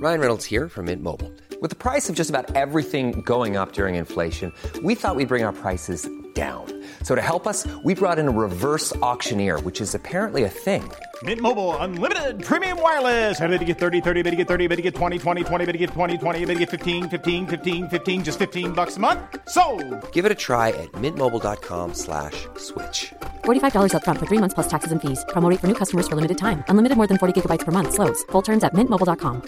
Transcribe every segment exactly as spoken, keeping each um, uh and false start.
Ryan Reynolds here from Mint Mobile. With the price of just about everything going up during inflation, we thought we'd bring our prices down. So to help us, we brought in a reverse auctioneer, which is apparently a thing. Mint Mobile Unlimited Premium Wireless. How to get thirty, thirty, how to get thirty, how to get twenty, twenty, twenty, how to get twenty, twenty, how to get fifteen, fifteen, fifteen, fifteen, just fifteen bucks a month? Sold! Give it a try at mintmobile.com slash switch. forty-five dollars up front for three months plus taxes and fees. Promo rate for new customers for limited time. Unlimited more than forty gigabytes per month. Slows full terms at mint mobile dot com.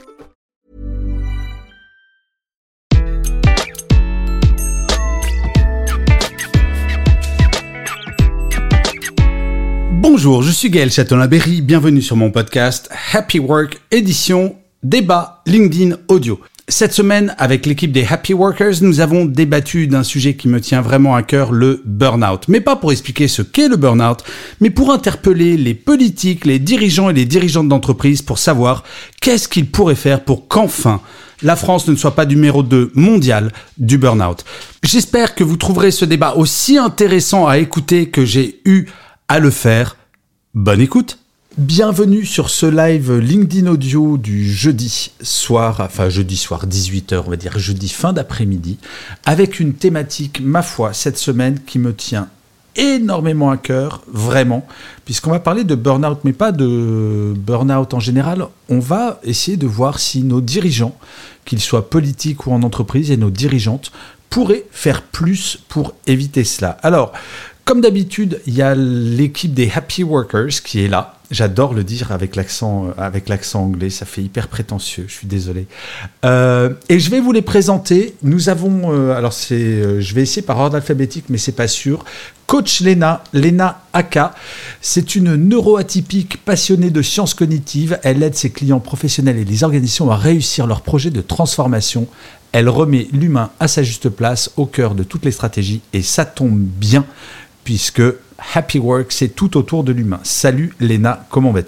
Bonjour, je suis Gaël Châtelain-Berry, bienvenue sur mon podcast Happy Work, édition débat LinkedIn audio. Cette semaine, avec l'équipe des Happy Workers, nous avons débattu d'un sujet qui me tient vraiment à cœur, le burn-out. Mais pas pour expliquer ce qu'est le burn-out, mais pour interpeller les politiques, les dirigeants et les dirigeantes d'entreprise pour savoir qu'est-ce qu'ils pourraient faire pour qu'enfin la France ne soit pas numéro deux mondial du burn-out. J'espère que vous trouverez ce débat aussi intéressant à écouter que j'ai eu à le faire. Bonne écoute. Bienvenue sur ce live LinkedIn audio du jeudi soir, enfin jeudi soir dix-huit heures, on va dire jeudi fin d'après-midi, avec une thématique, ma foi, cette semaine qui me tient énormément à cœur, vraiment, puisqu'on va parler de burn-out, mais pas de burn-out en général. On va essayer de voir si nos dirigeants, qu'ils soient politiques ou en entreprise, et nos dirigeantes, pourraient faire plus pour éviter cela. Alors, comme d'habitude, il y a l'équipe des Happy Workers qui est là. J'adore le dire avec l'accent, avec l'accent anglais, ça fait hyper prétentieux, je suis désolé. Euh, et je vais vous les présenter. Nous avons, euh, alors c'est, euh, je vais essayer par ordre alphabétique, mais c'est pas sûr. Coach Léna, Léna Aka, c'est une neuroatypique passionnée de sciences cognitives. Elle aide ses clients professionnels et les organisations à réussir leurs projets de transformation. Elle remet l'humain à sa juste place, au cœur de toutes les stratégies, et ça tombe bien, puisque Happy Work, c'est tout autour de l'humain. Salut Léna, comment vas-tu ?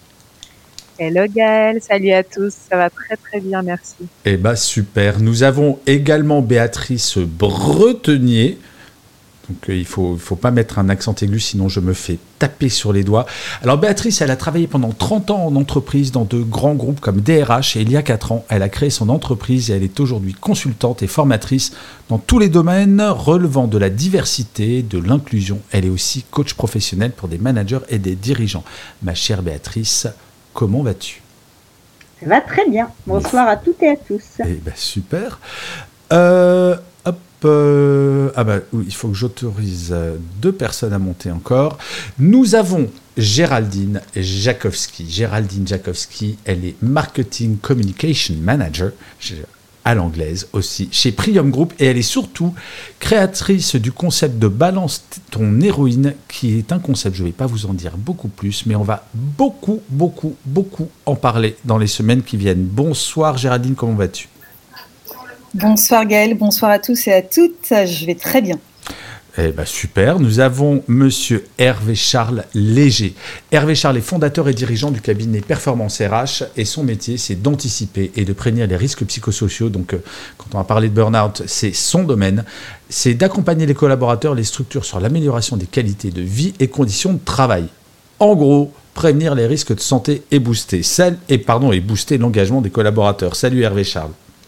Hello Gaël, salut à tous, ça va très très bien, merci. Eh bien super, nous avons également Béatrice Bretenier. Donc euh, il ne faut, il faut pas mettre un accent aigu, sinon je me fais taper sur les doigts. Alors Béatrice, elle a travaillé pendant trente ans en entreprise dans de grands groupes comme D R H, et il y a quatre ans, elle a créé son entreprise et elle est aujourd'hui consultante et formatrice dans tous les domaines relevant de la diversité, de l'inclusion. Elle est aussi coach professionnel pour des managers et des dirigeants. Ma chère Béatrice, comment vas-tu ? Ça va très bien. Bonsoir à toutes et à tous. Eh bien super. Euh... Euh, ah bah oui, il faut que j'autorise deux personnes à monter encore. Nous avons Géraldine Jakowski. Géraldine Jakowski, elle est Marketing Communication Manager à l'anglaise aussi chez Prium Group, et elle est surtout créatrice du concept de Balance ton héroïne, qui est un concept, je ne vais pas vous en dire beaucoup plus, mais on va beaucoup, beaucoup, beaucoup en parler dans les semaines qui viennent. Bonsoir Géraldine, comment vas-tu ? Bonsoir Gaël, bonsoir à tous et à toutes, je vais très bien. Eh ben super, nous avons monsieur Hervé Charles Léger. Hervé Charles est fondateur et dirigeant du cabinet Performance R H, et son métier c'est d'anticiper et de prévenir les risques psychosociaux. Donc quand on va parler de burn-out, c'est son domaine. C'est d'accompagner les collaborateurs, les structures sur l'amélioration des qualités de vie et conditions de travail. En gros, prévenir les risques de santé et booster, celle, et, pardon, et booster l'engagement des collaborateurs. Salut Hervé Charles.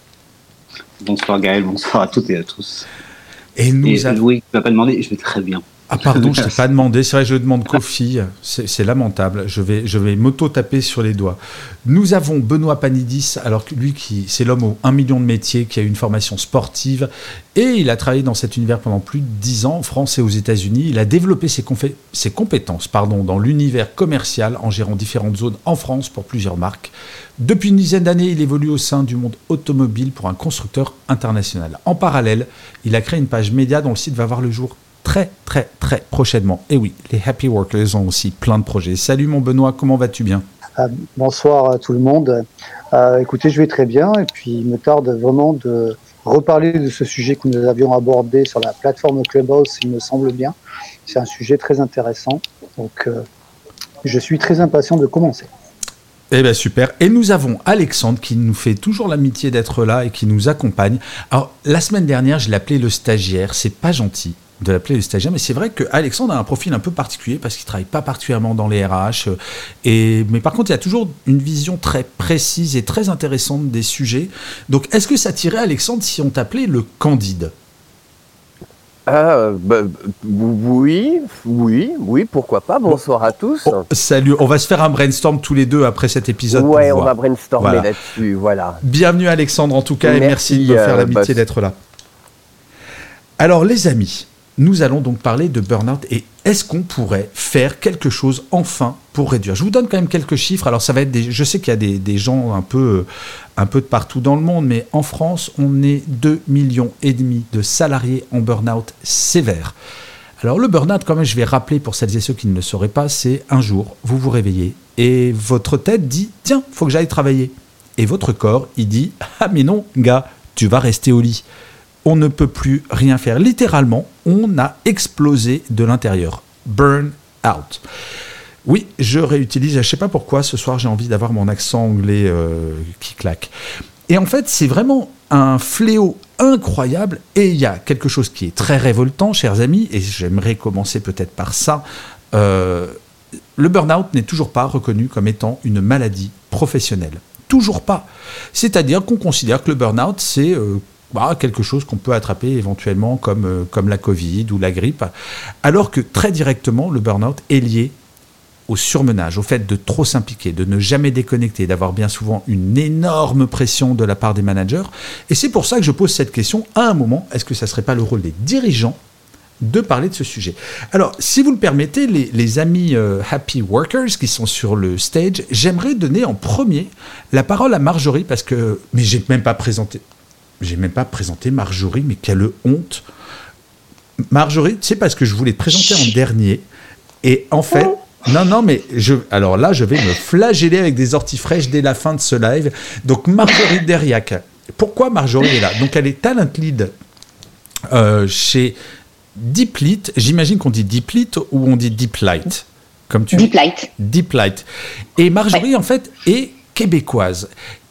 Bonsoir Gaël, bonsoir à toutes et à tous. Et nous et a... oui, tu ne m'as pas demandé, je vais très bien. Ah pardon, je ne t'ai pas demandé, c'est vrai que je demande qu'aux filles, c'est, c'est lamentable, je vais, je vais m'auto-taper sur les doigts. Nous avons Benoît Panidis, alors que lui, qui, c'est l'homme aux un million de métiers, qui a une formation sportive, et il a travaillé dans cet univers pendant plus de dix ans, en France et aux États-Unis. Il a développé ses, confé- ses compétences pardon, dans l'univers commercial, en gérant différentes zones en France pour plusieurs marques. Depuis une dizaine d'années, il évolue au sein du monde automobile pour un constructeur international. En parallèle, il a créé une page média dont le site va voir le jour très, très, très prochainement. Et oui, les Happy Workers ont aussi plein de projets. Salut mon Benoît, comment vas-tu bien ? euh, Bonsoir à tout le monde. Euh, écoutez, je vais très bien, et puis il me tarde vraiment de reparler de ce sujet que nous avions abordé sur la plateforme Clubhouse, il me semble bien. C'est un sujet très intéressant, donc euh, je suis très impatient de commencer. Eh bien super, et nous avons Alexandre qui nous fait toujours l'amitié d'être là et qui nous accompagne. Alors la semaine dernière je l'ai appelé le stagiaire, c'est pas gentil, de l'appeler le stagiaire, mais c'est vrai qu'Alexandre a un profil un peu particulier parce qu'il ne travaille pas particulièrement dans les R H. Euh, et, mais par contre, il y a toujours une vision très précise et très intéressante des sujets. Donc, est-ce que ça tirait, Alexandre, si on t'appelait le Candide ? Euh, bah, oui, oui, oui, pourquoi pas. Bonsoir à tous. Oh, salut, on va se faire un brainstorm tous les deux après cet épisode. Ouais, on voir. va brainstormer voilà. là-dessus, voilà. Bienvenue Alexandre en tout cas, merci, et merci de me faire euh, l'amitié bah, d'être là. Alors les amis, nous allons donc parler de burn-out et est-ce qu'on pourrait faire quelque chose enfin pour réduire ? Je vous donne quand même quelques chiffres. Alors ça va être des, je sais qu'il y a des, des gens un peu, un peu de partout dans le monde, mais en France, on est deux millions et demi de salariés en burn-out sévère. Alors le burn-out, quand même, je vais rappeler pour celles et ceux qui ne le sauraient pas, c'est un jour, vous vous réveillez et votre tête dit « Tiens, faut que j'aille travailler ». Et votre corps, il dit « Ah mais non, gars, tu vas rester au lit ». On ne peut plus rien faire. Littéralement, on a explosé de l'intérieur. Burn out. Oui, je réutilise, je ne sais pas pourquoi, ce soir j'ai envie d'avoir mon accent anglais euh, qui claque. Et en fait, c'est vraiment un fléau incroyable. Et il y a quelque chose qui est très révoltant, chers amis, et j'aimerais commencer peut-être par ça. Euh, le burn-out n'est toujours pas reconnu comme étant une maladie professionnelle. Toujours pas. C'est-à-dire qu'on considère que le burn-out, c'est... Euh, Bah, quelque chose qu'on peut attraper éventuellement comme, euh, comme la Covid ou la grippe, alors que très directement, le burn-out est lié au surmenage, au fait de trop s'impliquer, de ne jamais déconnecter, d'avoir bien souvent une énorme pression de la part des managers. Et c'est pour ça que je pose cette question à un moment, est-ce que ça ne serait pas le rôle des dirigeants de parler de ce sujet ? Alors, si vous le permettez, les, les amis euh, Happy Workers qui sont sur le stage, j'aimerais donner en premier la parole à Marjorie, parce que... Mais j'ai même pas présenté... J'ai même pas présenté Marjorie, mais quelle honte. Marjorie, c'est parce que je voulais te présenter en dernier. Et en fait, non, non, mais je, alors là, je vais me flageller avec des orties fraîches dès la fin de ce live. Donc, Marjorie Deriac. Pourquoi Marjorie est là ? Donc, elle est talent lead euh, chez Deeplit. J'imagine qu'on dit Deeplit ou on dit Deeplight, comme tu Deeplight. Deeplight. Et Marjorie, ouais. en fait, est québécoise.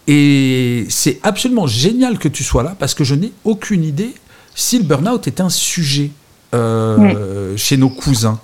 Et c'est absolument génial que tu sois là parce que je n'ai aucune idée si le burn-out est un sujet euh, mmh. chez nos cousins.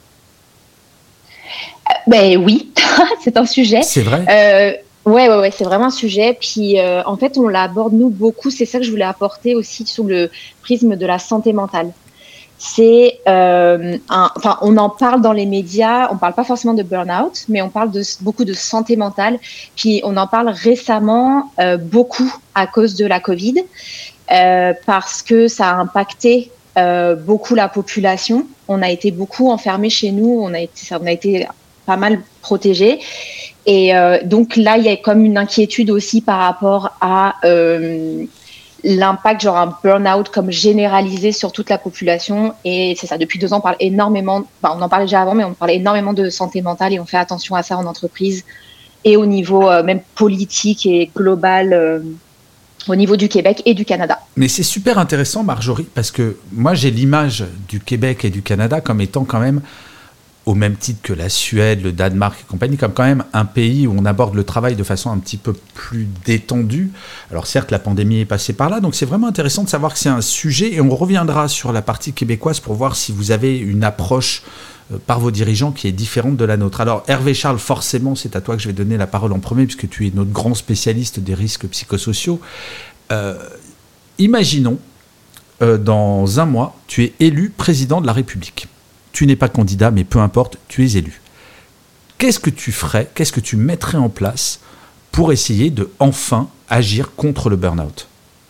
Euh, ben oui, c'est un sujet. C'est vrai. Euh, ouais, ouais, ouais, c'est vraiment un sujet. Puis euh, en fait, on l'aborde nous beaucoup. C'est ça que je voulais apporter aussi sous le prisme de la santé mentale. C'est, euh, un, enfin, on en parle dans les médias. On parle pas forcément de burn-out, mais on parle de beaucoup de santé mentale. Puis on en parle récemment euh, beaucoup à cause de la Covid, euh, parce que ça a impacté euh, beaucoup la population. On a été beaucoup enfermés chez nous. On a été, on a été pas mal protégés. Et euh, donc là, il y a comme une inquiétude aussi par rapport à euh, l'impact, genre un burn-out comme généralisé sur toute la population. Et c'est ça, depuis deux ans, on parle énormément, enfin, on en parlait déjà avant, mais on parlait énormément de santé mentale et on fait attention à ça en entreprise et au niveau euh, même politique et global, euh, au niveau du Québec et du Canada. Mais c'est super intéressant, Marjorie, parce que moi, j'ai l'image du Québec et du Canada comme étant quand même, au même titre que la Suède, le Danemark et compagnie, comme quand même un pays où on aborde le travail de façon un petit peu plus détendue. Alors certes, la pandémie est passée par là, donc c'est vraiment intéressant de savoir que c'est un sujet, et on reviendra sur la partie québécoise pour voir si vous avez une approche euh, par vos dirigeants qui est différente de la nôtre. Alors Hervé Charles, forcément, c'est à toi que je vais donner la parole en premier, puisque tu es notre grand spécialiste des risques psychosociaux. Euh, imaginons, euh, dans un mois, tu es élu président de la République. Tu n'es pas candidat, mais peu importe, tu es élu. Qu'est-ce que tu ferais, qu'est-ce que tu mettrais en place pour essayer de enfin agir contre le burn-out ?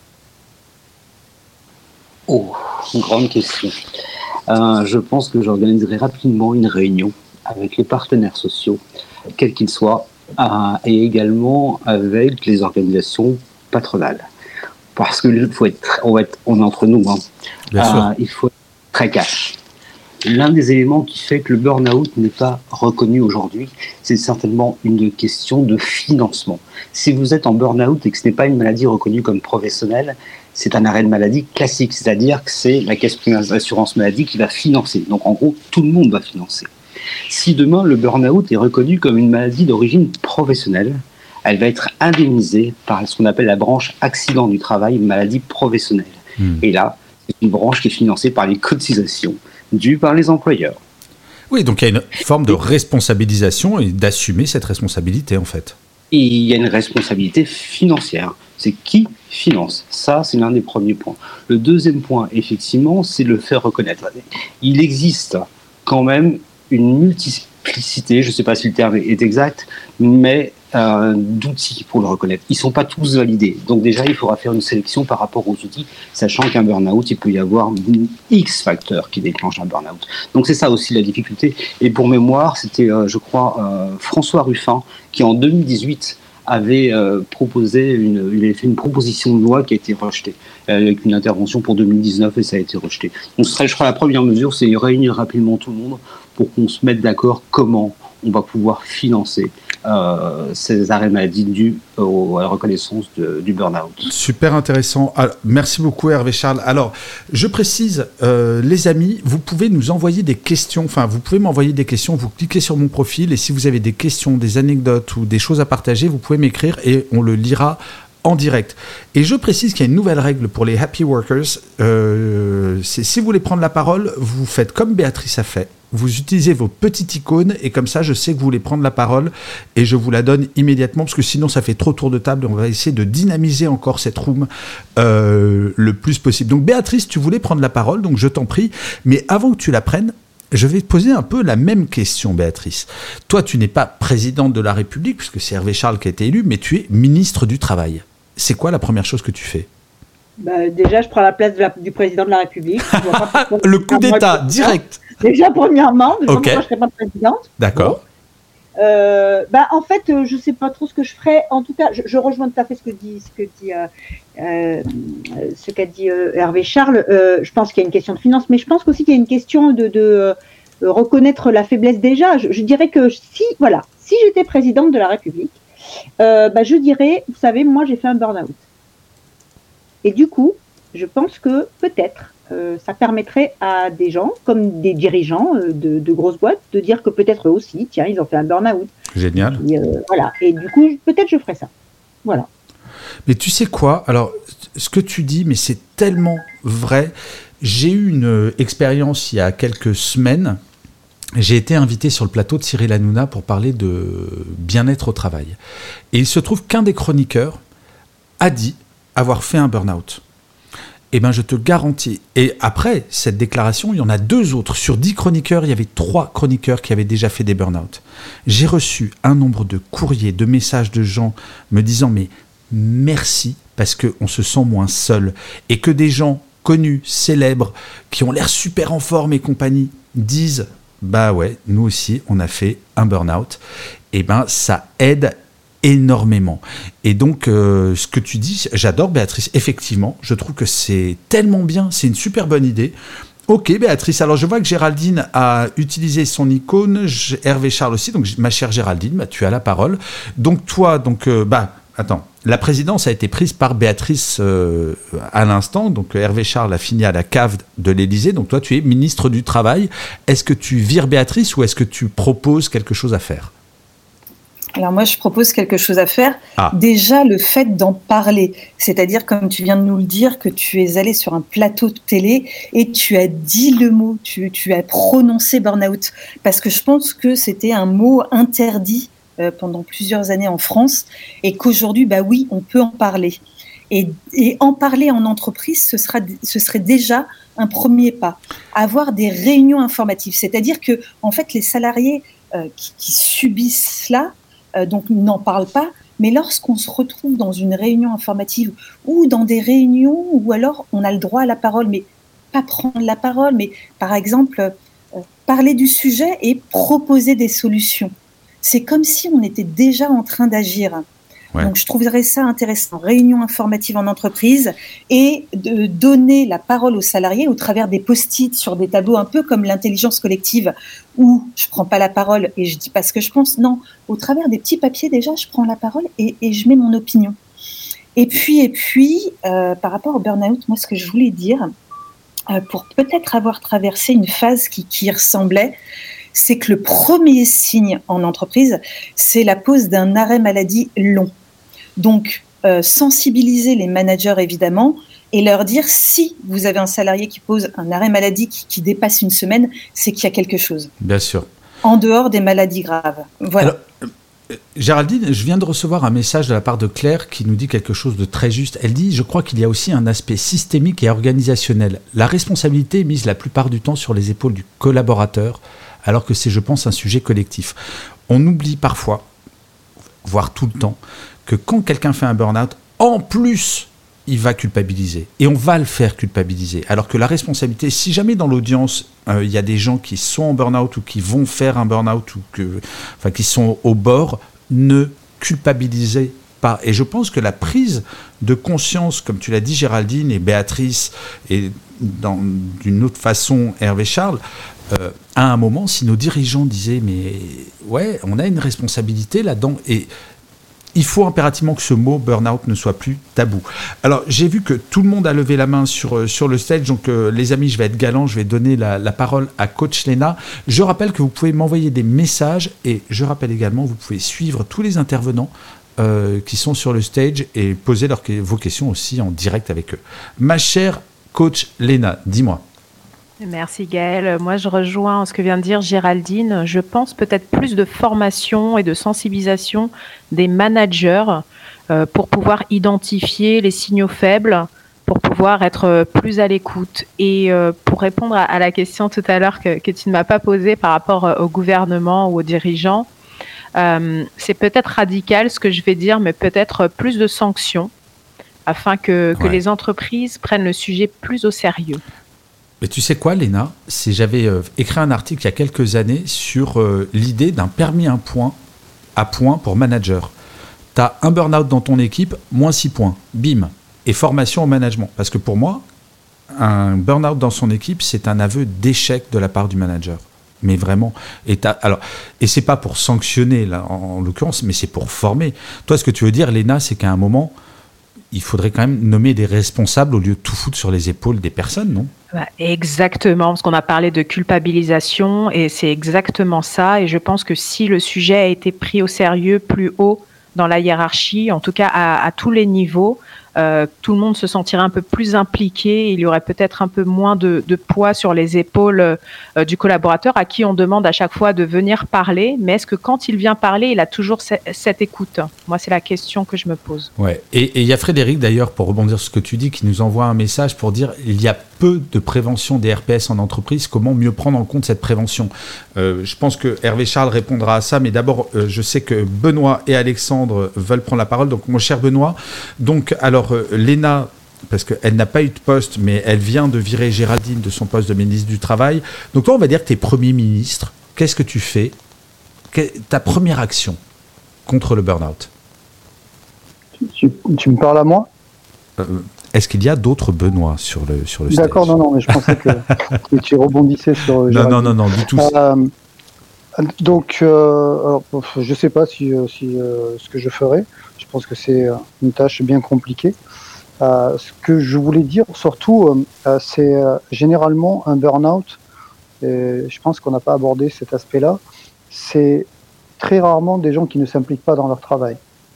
Oh, une grande question. Euh, je pense que j'organiserai rapidement une réunion avec les partenaires sociaux, quels qu'ils soient, euh, et également avec les organisations patronales. Parce que faut être, on, va être, on est entre nous, hein. Bien sûr. Euh, il faut être très cash. L'un des éléments qui fait que le burn-out n'est pas reconnu aujourd'hui, c'est certainement une question de financement. Si vous êtes en burn-out et que ce n'est pas une maladie reconnue comme professionnelle, c'est un arrêt de maladie classique, c'est-à-dire que c'est la caisse primaire d'assurance maladie qui va financer. Donc en gros, tout le monde va financer. Si demain le burn-out est reconnu comme une maladie d'origine professionnelle, elle va être indemnisée par ce qu'on appelle la branche accident du travail, maladie professionnelle. Mmh. Et là, C'est une branche qui est financée par les cotisations dues par les employeurs. Oui, donc il y a une forme de responsabilisation et d'assumer cette responsabilité, en fait. Et il y a une responsabilité financière. C'est qui finance. Ça, c'est l'un des premiers points. Le deuxième point, effectivement, c'est le faire reconnaître. Il existe quand même une multiplicité, je ne sais pas si le terme est exact, mais euh, d'outils pour le reconnaître. Ils ne sont pas tous validés. Donc déjà, il faudra faire une sélection par rapport aux outils, sachant qu'un burn-out, il peut y avoir X facteurs qui déclenchent un burn-out. Donc c'est ça aussi la difficulté. Et pour mémoire, c'était, euh, je crois, euh, François Ruffin, qui en deux mille dix-huit avait euh, proposé une, il avait fait une proposition de loi qui a été rejetée, euh, avec une intervention pour deux mille dix-neuf et ça a été rejeté. Donc ce serait, je crois, la première mesure, c'est réunir rapidement tout le monde pour qu'on se mette d'accord comment on va pouvoir financer euh, ces arrêts maladie dus au, à la reconnaissance de, du burn-out. Super intéressant. Alors, merci beaucoup Hervé Charles. Alors, je précise, euh, les amis, vous pouvez nous envoyer des questions, enfin, vous pouvez m'envoyer des questions, vous cliquez sur mon profil et si vous avez des questions, des anecdotes ou des choses à partager, vous pouvez m'écrire et on le lira en direct. Et je précise qu'il y a une nouvelle règle pour les happy workers. Euh, c'est si vous voulez prendre la parole, vous faites comme Béatrice a fait. Vous utilisez vos petites icônes et comme ça, je sais que vous voulez prendre la parole et je vous la donne immédiatement parce que sinon, ça fait trop tour de table. On va essayer de dynamiser encore cette room euh, le plus possible. Donc, Béatrice, tu voulais prendre la parole, donc je t'en prie. Mais avant que tu la prennes, je vais te poser un peu la même question, Béatrice. Toi, tu n'es pas présidente de la République puisque c'est Hervé Charles qui a été élu, mais tu es ministre du Travail. C'est quoi la première chose que tu fais ? Bah, déjà, je prends la place de la, du président de la République. Le coup d'État, direct. Déjà, premièrement, je ne sais okay. pas pourquoi je ne serais pas présidente. D'accord. Euh, bah, en fait, euh, je ne sais pas trop ce que je ferais. En tout cas, je, je rejoins tout à fait ce que dit, ce que dit, euh, euh, ce qu'a dit euh, Hervé Charles. Euh, je pense qu'il y a une question de finance, mais je pense aussi qu'il y a une question de, de euh, reconnaître la faiblesse déjà. Je, je dirais que si, voilà, si j'étais présidente de la République, euh, bah, je dirais, vous savez, moi, j'ai fait un burn-out. Et du coup, je pense que peut-être euh, ça permettrait à des gens, comme des dirigeants euh, de, de grosses boîtes, de dire que peut-être eux aussi, tiens, ils ont fait un burn-out. Génial. Et, euh, voilà. Et du coup, peut-être je ferais ça. Voilà. Mais tu sais quoi ? Alors, ce que tu dis, mais c'est tellement vrai. J'ai eu une expérience il y a quelques semaines. J'ai été invité sur le plateau de Cyril Hanouna pour parler de bien-être au travail. Et il se trouve qu'un des chroniqueurs a dit avoir fait un burn-out. Eh bien, je te garantis. Et après cette déclaration, il y en a deux autres. Sur dix chroniqueurs, il y avait trois chroniqueurs qui avaient déjà fait des burn-out. J'ai reçu un nombre de courriers, de messages de gens me disant « mais merci » parce qu'on se sent moins seul. Et que des gens connus, célèbres, qui ont l'air super en forme et compagnie, disent « bah ouais, nous aussi, on a fait un burn-out ». Eh bien, ça aide énormément. Et donc, euh, ce que tu dis, j'adore Béatrice, effectivement, je trouve que c'est tellement bien, c'est une super bonne idée. Ok Béatrice, alors je vois que Géraldine a utilisé son icône, Hervé Charles aussi, donc ma chère Géraldine, bah, tu as la parole. Donc toi, donc, euh, bah, attends, la présidence a été prise par Béatrice euh, à l'instant, donc Hervé Charles a fini à la cave de l'Élysée, donc toi tu es ministre du Travail. Est-ce que tu vires Béatrice ou est-ce que tu proposes quelque chose à faire ? Alors moi, je propose quelque chose à faire. Ah. Déjà, le fait d'en parler, c'est-à-dire, comme tu viens de nous le dire, que tu es allé sur un plateau de télé et tu as dit le mot, tu, tu as prononcé burn-out, parce que je pense que c'était un mot interdit euh, pendant plusieurs années en France et qu'aujourd'hui, bah oui, on peut en parler. Et, et en parler en entreprise, ce, sera, ce serait déjà un premier pas. Avoir des réunions informatives, c'est-à-dire que, en fait, les salariés euh, qui, qui subissent cela, Euh, donc n'en parle pas, mais lorsqu'on se retrouve dans une réunion informative ou dans des réunions où alors on a le droit à la parole, mais pas prendre la parole, mais par exemple euh, parler du sujet et proposer des solutions. C'est comme si on était déjà en train d'agir. Ouais. Donc je trouverais ça intéressant, réunion informative en entreprise et de donner la parole aux salariés au travers des post-it sur des tableaux un peu comme l'intelligence collective où je prends pas la parole et je dis pas ce que je pense, non, au travers des petits papiers déjà je prends la parole et, et je mets mon opinion. Et puis, et puis euh, par rapport au burn-out, moi ce que je voulais dire, euh, pour peut-être avoir traversé une phase qui, qui y ressemblait, c'est que le premier signe en entreprise, c'est la pose d'un arrêt maladie long. Donc, euh, sensibiliser les managers, évidemment, et leur dire si vous avez un salarié qui pose un arrêt maladie qui, qui dépasse une semaine, c'est qu'il y a quelque chose. Bien sûr. En dehors des maladies graves. Voilà. Alors, euh, Géraldine, je viens de recevoir un message de la part de Claire qui nous dit quelque chose de très juste. Elle dit « Je crois qu'il y a aussi un aspect systémique et organisationnel. La responsabilité est mise la plupart du temps sur les épaules du collaborateur, alors que c'est, je pense, un sujet collectif. On oublie parfois, voire tout le temps, que quand quelqu'un fait un burn-out, en plus, il va culpabiliser. Et on va le faire culpabiliser. Alors que la responsabilité, si jamais dans l'audience, euh, il y a des gens qui sont en burn-out ou qui vont faire un burn-out ou que, enfin, qui sont au bord, ne culpabilisez pas. Et je pense que la prise de conscience, comme tu l'as dit Géraldine et Béatrice, et dans, d'une autre façon Hervé Charles, euh, à un moment, si nos dirigeants disaient « mais ouais, on a une responsabilité là-dedans » et il faut impérativement que ce mot burn-out ne soit plus tabou. Alors, j'ai vu que tout le monde a levé la main sur, sur le stage. Donc, euh, les amis, je vais être galant. Je vais donner la, la parole à Coach Léna. Je rappelle que vous pouvez m'envoyer des messages. Et je rappelle également, vous pouvez suivre tous les intervenants euh, qui sont sur le stage et poser leurs, vos questions aussi en direct avec eux. Ma chère Coach Léna, dis-moi. Merci Gaëlle. Moi, je rejoins ce que vient de dire Géraldine. Je pense peut-être plus de formation et de sensibilisation des managers euh, pour pouvoir identifier les signaux faibles, pour pouvoir être plus à l'écoute. Et euh, pour répondre à, à la question tout à l'heure que, que tu ne m'as pas posée par rapport au gouvernement ou aux dirigeants, euh, c'est peut-être radical ce que je vais dire, mais peut-être plus de sanctions afin que, que ouais. les entreprises prennent le sujet plus au sérieux. Mais tu sais quoi, Léna, c'est, j'avais euh, écrit un article il y a quelques années sur euh, l'idée d'un permis un point à point pour manager. Tu as un burn-out dans ton équipe, moins six points, bim, et formation au management. Parce que pour moi, un burn-out dans son équipe, c'est un aveu d'échec de la part du manager. Mais vraiment, et, alors, et c'est pas pour sanctionner, là, en, en l'occurrence, mais c'est pour former. Toi, ce que tu veux dire, Léna, c'est qu'à un moment, il faudrait quand même nommer des responsables au lieu de tout foutre sur les épaules des personnes, non ? Exactement, parce qu'on a parlé de culpabilisation et c'est exactement ça. Et je pense que si le sujet a été pris au sérieux plus haut dans la hiérarchie, en tout cas à, à tous les niveaux, euh, tout le monde se sentirait un peu plus impliqué. Il y aurait peut-être un peu moins de, de poids sur les épaules euh, du collaborateur à qui on demande à chaque fois de venir parler. Mais est-ce que quand il vient parler, il a toujours ce, cette écoute ? Moi, c'est la question que je me pose. Ouais. Et il y a Frédéric, d'ailleurs, pour rebondir sur ce que tu dis, qui nous envoie un message pour dire il y a peu de prévention des R P S en entreprise. Comment mieux prendre en compte cette prévention ? euh, Je pense que Hervé Charles répondra à ça. Mais d'abord, euh, je sais que Benoît et Alexandre veulent prendre la parole. Donc, mon cher Benoît, donc, alors, euh, Léna, parce qu'elle n'a pas eu de poste, mais elle vient de virer Géraldine de son poste de ministre du Travail. Donc, toi, on va dire que tu es Premier ministre. Qu'est-ce que tu fais ? Que, ta première action contre le burn-out ? Tu, tu me parles à moi ? euh, Est-ce qu'il y a d'autres Benoît sur le, sur le stage ? D'accord, non, non, mais je pensais que, que tu rebondissais sur... Non, non, non, non, du tout. Euh, donc, euh, alors, je ne sais pas si, si euh, ce que je ferai. Je pense que c'est une tâche bien compliquée. Euh, ce que je voulais dire, surtout, euh, c'est euh, généralement un burn-out, et je pense qu'on n'a pas abordé cet aspect-là, c'est très rarement des gens qui ne s'impliquent pas dans leur travail.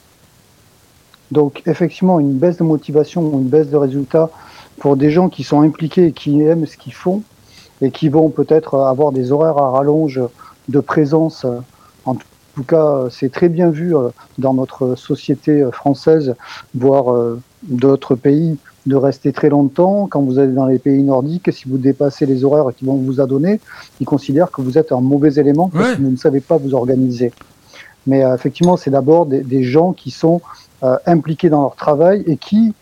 Donc, effectivement, une baisse de motivation ou une baisse de résultats pour des gens qui sont impliqués et qui aiment ce qu'ils font et qui vont peut-être avoir des horaires à rallonge de présence. En tout cas, c'est très bien vu dans notre société française, voire d'autres pays, de rester très longtemps. Quand vous allez dans les pays nordiques, si vous dépassez les horaires qu'ils vont vous donner, ils considèrent que vous êtes un mauvais élément parce ouais. que vous ne savez pas vous organiser. Mais euh, effectivement, c'est d'abord des, des gens qui sont euh, impliqués dans leur travail et qui,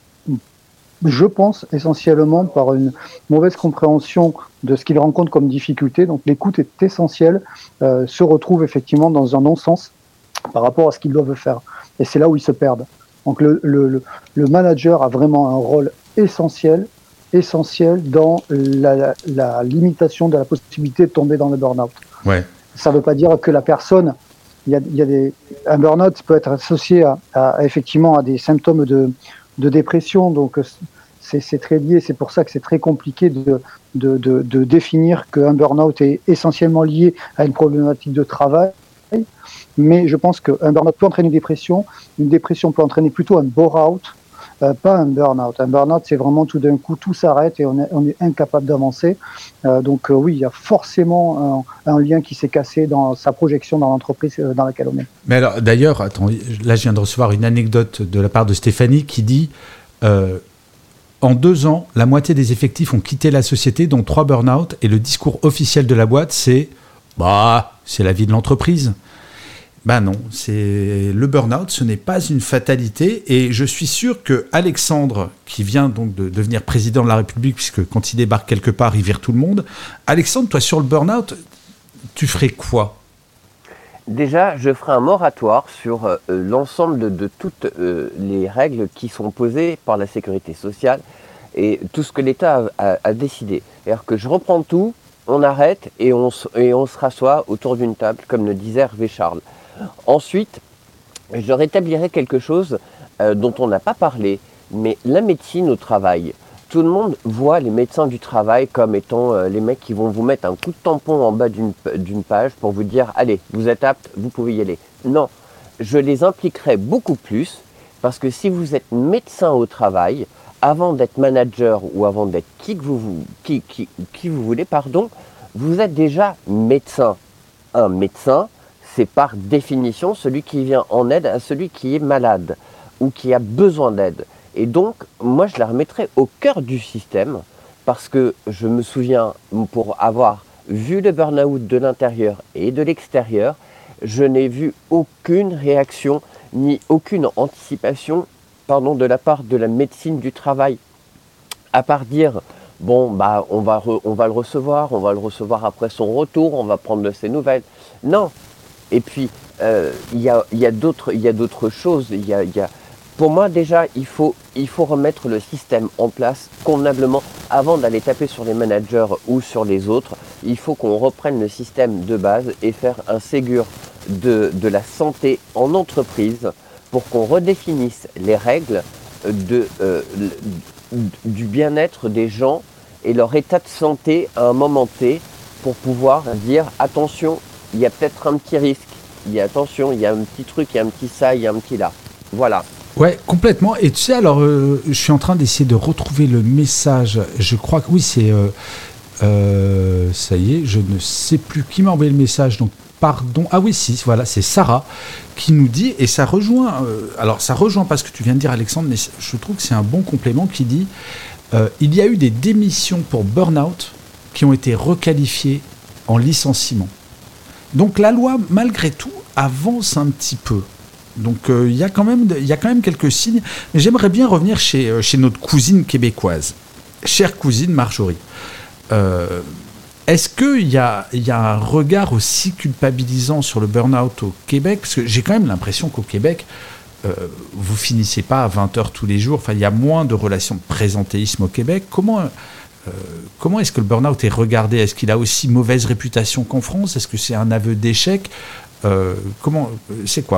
je pense, essentiellement par une mauvaise compréhension de ce qu'ils rencontrent comme difficulté, donc l'écoute est essentielle, euh, se retrouvent effectivement dans un non-sens par rapport à ce qu'ils doivent faire. Et c'est là où ils se perdent. Donc le, le, le manager a vraiment un rôle essentiel, essentiel dans la, la, la limitation de la possibilité de tomber dans le burn-out. Ouais. Ça ne veut pas dire que la personne, il y a, il y a des, un burn-out peut être associé à, à, à effectivement à des symptômes de, de dépression, donc c'est, c'est très lié. C'est pour ça que c'est très compliqué de, de, de, de définir qu'un burn-out est essentiellement lié à une problématique de travail. Mais je pense qu'un burn-out peut entraîner une dépression. Une dépression peut entraîner plutôt un bore-out. euh, pas un burn-out. Un burn-out, c'est vraiment tout d'un coup, tout s'arrête et on est, on est incapable d'avancer. Euh, donc euh, oui, il y a forcément un, un lien qui s'est cassé dans sa projection dans l'entreprise dans laquelle on est. Mais alors, d'ailleurs, attends, là je viens de recevoir une anecdote de la part de Stéphanie qui dit euh, en deux ans, la moitié des effectifs ont quitté la société, dont trois burn-out, et le discours officiel de la boîte, c'est bah, c'est la vie de l'entreprise. Ben non, c'est le burn-out, ce n'est pas une fatalité, et je suis sûr que Alexandre, qui vient donc de devenir président de la République, puisque quand il débarque quelque part, il vire tout le monde. Alexandre, toi sur le burn-out, tu ferais quoi ? Déjà, je ferai un moratoire sur euh, l'ensemble de, de toutes euh, les règles qui sont posées par la sécurité sociale et tout ce que l'État a, a, a décidé. C'est-à-dire que je reprends tout, on arrête et on, et on se rassoit autour d'une table, comme le disait Hervé Charles. Ensuite, je rétablirai quelque chose euh, dont on n'a pas parlé, mais la médecine au travail. Tout le monde voit les médecins du travail comme étant euh, les mecs qui vont vous mettre un coup de tampon en bas d'une, d'une page pour vous dire « Allez, vous êtes apte, vous pouvez y aller ». Non, je les impliquerai beaucoup plus parce que si vous êtes médecin au travail, avant d'être manager ou avant d'être qui, que vous, vous, qui, qui, qui vous voulez, pardon, vous êtes déjà médecin. Un médecin, c'est par définition celui qui vient en aide à celui qui est malade ou qui a besoin d'aide. Et donc, moi, je la remettrai au cœur du système parce que je me souviens, pour avoir vu le burn-out de l'intérieur et de l'extérieur, je n'ai vu aucune réaction ni aucune anticipation pardon, de la part de la médecine du travail, à part dire « bon, bah, on va, re, on va le recevoir, on va le recevoir après son retour, on va prendre de ses nouvelles ». Non. Et puis, euh, il y a, y a d'autres, y a d'autres choses, il y a... Y a Pour moi, déjà, il faut, il faut remettre le système en place convenablement avant d'aller taper sur les managers ou sur les autres. Il faut qu'on reprenne le système de base et faire un Ségur de, de la santé en entreprise pour qu'on redéfinisse les règles de, euh, du bien-être des gens et leur état de santé à un moment T pour pouvoir dire attention, il y a peut-être un petit risque, il y a attention, il y a un petit truc, il y a un petit ça, il y a un petit là. Voilà. Ouais, complètement. Et tu sais, alors, euh, je suis en train d'essayer de retrouver le message. Je crois que oui, c'est... Euh, euh, ça y est, je ne sais plus qui m'a envoyé le message. Donc, pardon. Ah oui, si, voilà, c'est Sarah qui nous dit, et ça rejoint... Euh, alors, ça rejoint pas ce que tu viens de dire, Alexandre, mais je trouve que c'est un bon complément qui dit euh, il y a eu des démissions pour burn-out qui ont été requalifiées en licenciement. Donc, la loi, malgré tout, avance un petit peu. Donc il euh, y a quand même il y a quand même quelques signes, mais j'aimerais bien revenir chez euh, chez notre cousine québécoise, chère cousine Marjorie. Euh, est-ce que il y a il y a un regard aussi culpabilisant sur le burn-out au Québec, parce que j'ai quand même l'impression qu'au Québec euh, vous finissez pas à vingt heures tous les jours. Enfin, il y a moins de relations de présentéisme au Québec. Comment euh, comment est-ce que le burn-out est regardé ? Est-ce qu'il a aussi mauvaise réputation qu'en France ? Est-ce que c'est un aveu d'échec ? euh, Comment c'est quoi ?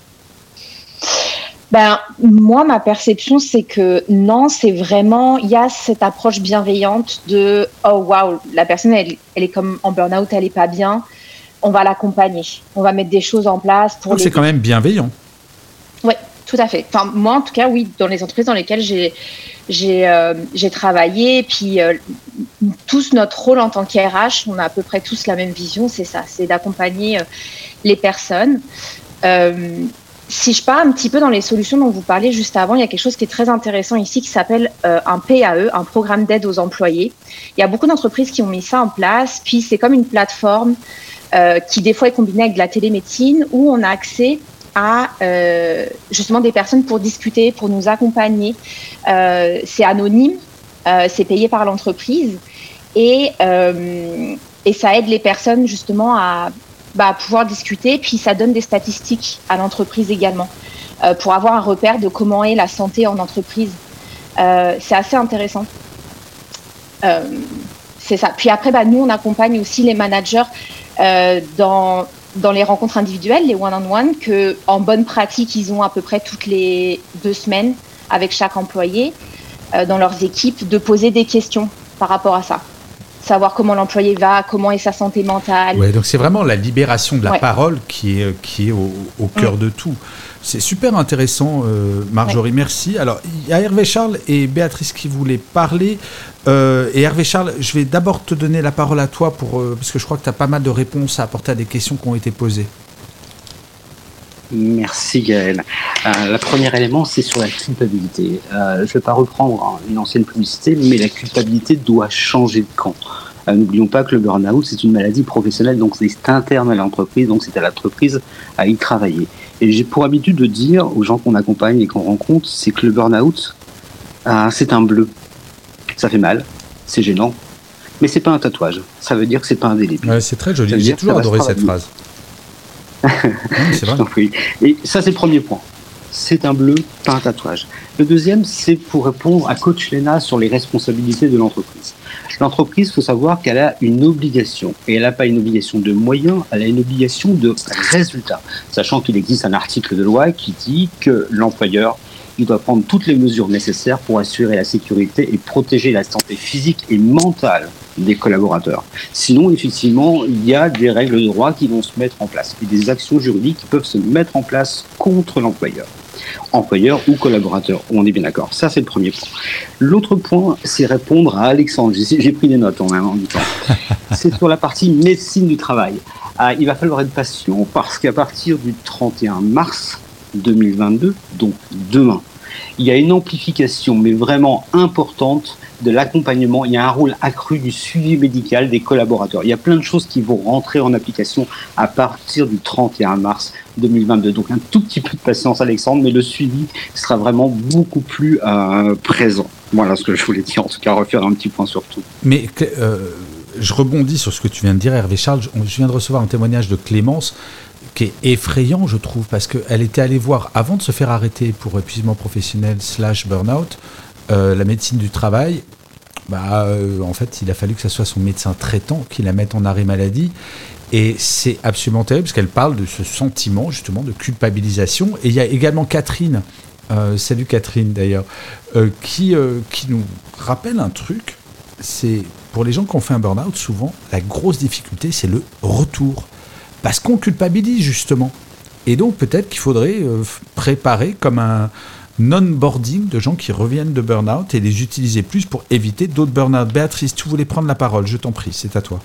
Ben, moi, ma perception, c'est que non, c'est vraiment, il y a cette approche bienveillante de « Oh, waouh, la personne, elle, elle est comme en burn-out, elle est pas bien, on va l'accompagner, on va mettre des choses en place pour Donc c'est quand même bienveillant. » Oui, tout à fait. Enfin, moi, en tout cas, oui, dans les entreprises dans lesquelles j'ai, j'ai, euh, j'ai travaillé, puis euh, tous notre rôle en tant qu'R H, on a à peu près tous la même vision, c'est ça, c'est d'accompagner euh, les personnes. Euh, Si je pars un petit peu dans les solutions dont vous parliez juste avant, il y a quelque chose qui est très intéressant ici qui s'appelle euh, un P A E, un programme d'aide aux employés. Il y a beaucoup d'entreprises qui ont mis ça en place, puis c'est comme une plateforme euh, qui des fois est combinée avec de la télémédecine où on a accès à euh, justement des personnes pour discuter, pour nous accompagner. Euh, c'est anonyme, euh, c'est payé par l'entreprise et, euh, et ça aide les personnes justement à... Bah, pouvoir discuter, puis ça donne des statistiques à l'entreprise également euh, pour avoir un repère de comment est la santé en entreprise. Euh, c'est assez intéressant. Euh, c'est ça. Puis après, bah, nous, on accompagne aussi les managers euh, dans, dans les rencontres individuelles, les one-on-one, que en bonne pratique, ils ont à peu près toutes les deux semaines avec chaque employé euh, dans leurs équipes, de poser des questions par rapport à ça. savoir comment l'employé va, comment est sa santé mentale. Ouais, donc c'est vraiment la libération de la Ouais. parole qui est, qui est au, au cœur Mm. de tout. C'est super intéressant, euh, Marjorie, Ouais. merci. Alors, il y a Hervé Charles et Béatrice qui voulaient parler. Euh, et Hervé Charles, je vais d'abord te donner la parole à toi, pour, euh, parce que je crois que tu as pas mal de réponses à apporter à des questions qui ont été posées. Merci Gaël. Euh, le premier élément, c'est sur la culpabilité. Euh, je ne vais pas reprendre hein, une ancienne publicité, mais la culpabilité doit changer de camp. Euh, n'oublions pas que le burn-out, c'est une maladie professionnelle, donc c'est interne à l'entreprise, donc c'est à l'entreprise à y travailler. Et j'ai pour habitude de dire aux gens qu'on accompagne et qu'on rencontre, c'est que le burn-out, euh, c'est un bleu. Ça fait mal, c'est gênant, mais c'est pas un tatouage. Ça veut dire que c'est pas indélébile. Ouais, c'est très joli. Ça veut J'ai dire que toujours ça va se adoré cette travailler. phrase. Oui, c'est vrai. Je t'en prie. Et ça, c'est le premier point. C'est un bleu, pas un tatouage. Le deuxième, c'est pour répondre à Coach Lena sur les responsabilités de l'entreprise. L'entreprise, il faut savoir qu'elle a une obligation. Et elle n'a pas une obligation de moyens, elle a une obligation de résultats. Sachant qu'il existe un article de loi qui dit que l'employeur, il doit prendre toutes les mesures nécessaires pour assurer la sécurité et protéger la santé physique et mentale des collaborateurs. Sinon, effectivement, il y a des règles de droit qui vont se mettre en place et des actions juridiques qui peuvent se mettre en place contre l'employeur. Employeur ou collaborateur, on est bien d'accord. Ça, c'est le premier point. L'autre point, c'est répondre à Alexandre. J'ai, j'ai pris des notes en même en même temps. C'est sur la partie médecine du travail. Ah, il va falloir être patient parce qu'à partir du trente et un mars deux mille vingt-deux, donc demain, il y a une amplification, mais vraiment importante, de l'accompagnement. Il y a un rôle accru du suivi médical des collaborateurs. Il y a plein de choses qui vont rentrer en application à partir du trente et un mars deux mille vingt-deux. Donc un tout petit peu de patience, Alexandre, mais le suivi sera vraiment beaucoup plus euh, présent. Voilà ce que je voulais dire, en tout cas, refaire un petit point sur tout. Mais euh, je rebondis sur ce que tu viens de dire, Hervé Charles. Je viens de recevoir un témoignage de Clémence qui est effrayant, je trouve, parce qu'elle était allée voir, avant de se faire arrêter pour épuisement professionnel slash burn-out, euh, la médecine du travail. Bah, euh, en fait, il a fallu que ce soit son médecin traitant qui la mette en arrêt maladie. Et c'est absolument terrible, parce qu'elle parle de ce sentiment, justement, de culpabilisation. Et il y a également Catherine, euh, salut Catherine d'ailleurs, euh, qui, euh, qui nous rappelle un truc. C'est, pour les gens qui ont fait un burn-out, souvent, la grosse difficulté, c'est le retour. Parce qu'on culpabilise, justement. Et donc, peut-être qu'il faudrait euh, préparer comme un non-boarding de gens qui reviennent de burn-out et les utiliser plus pour éviter d'autres burn-out. Béatrice, tu voulais prendre la parole, je t'en prie, c'est à toi.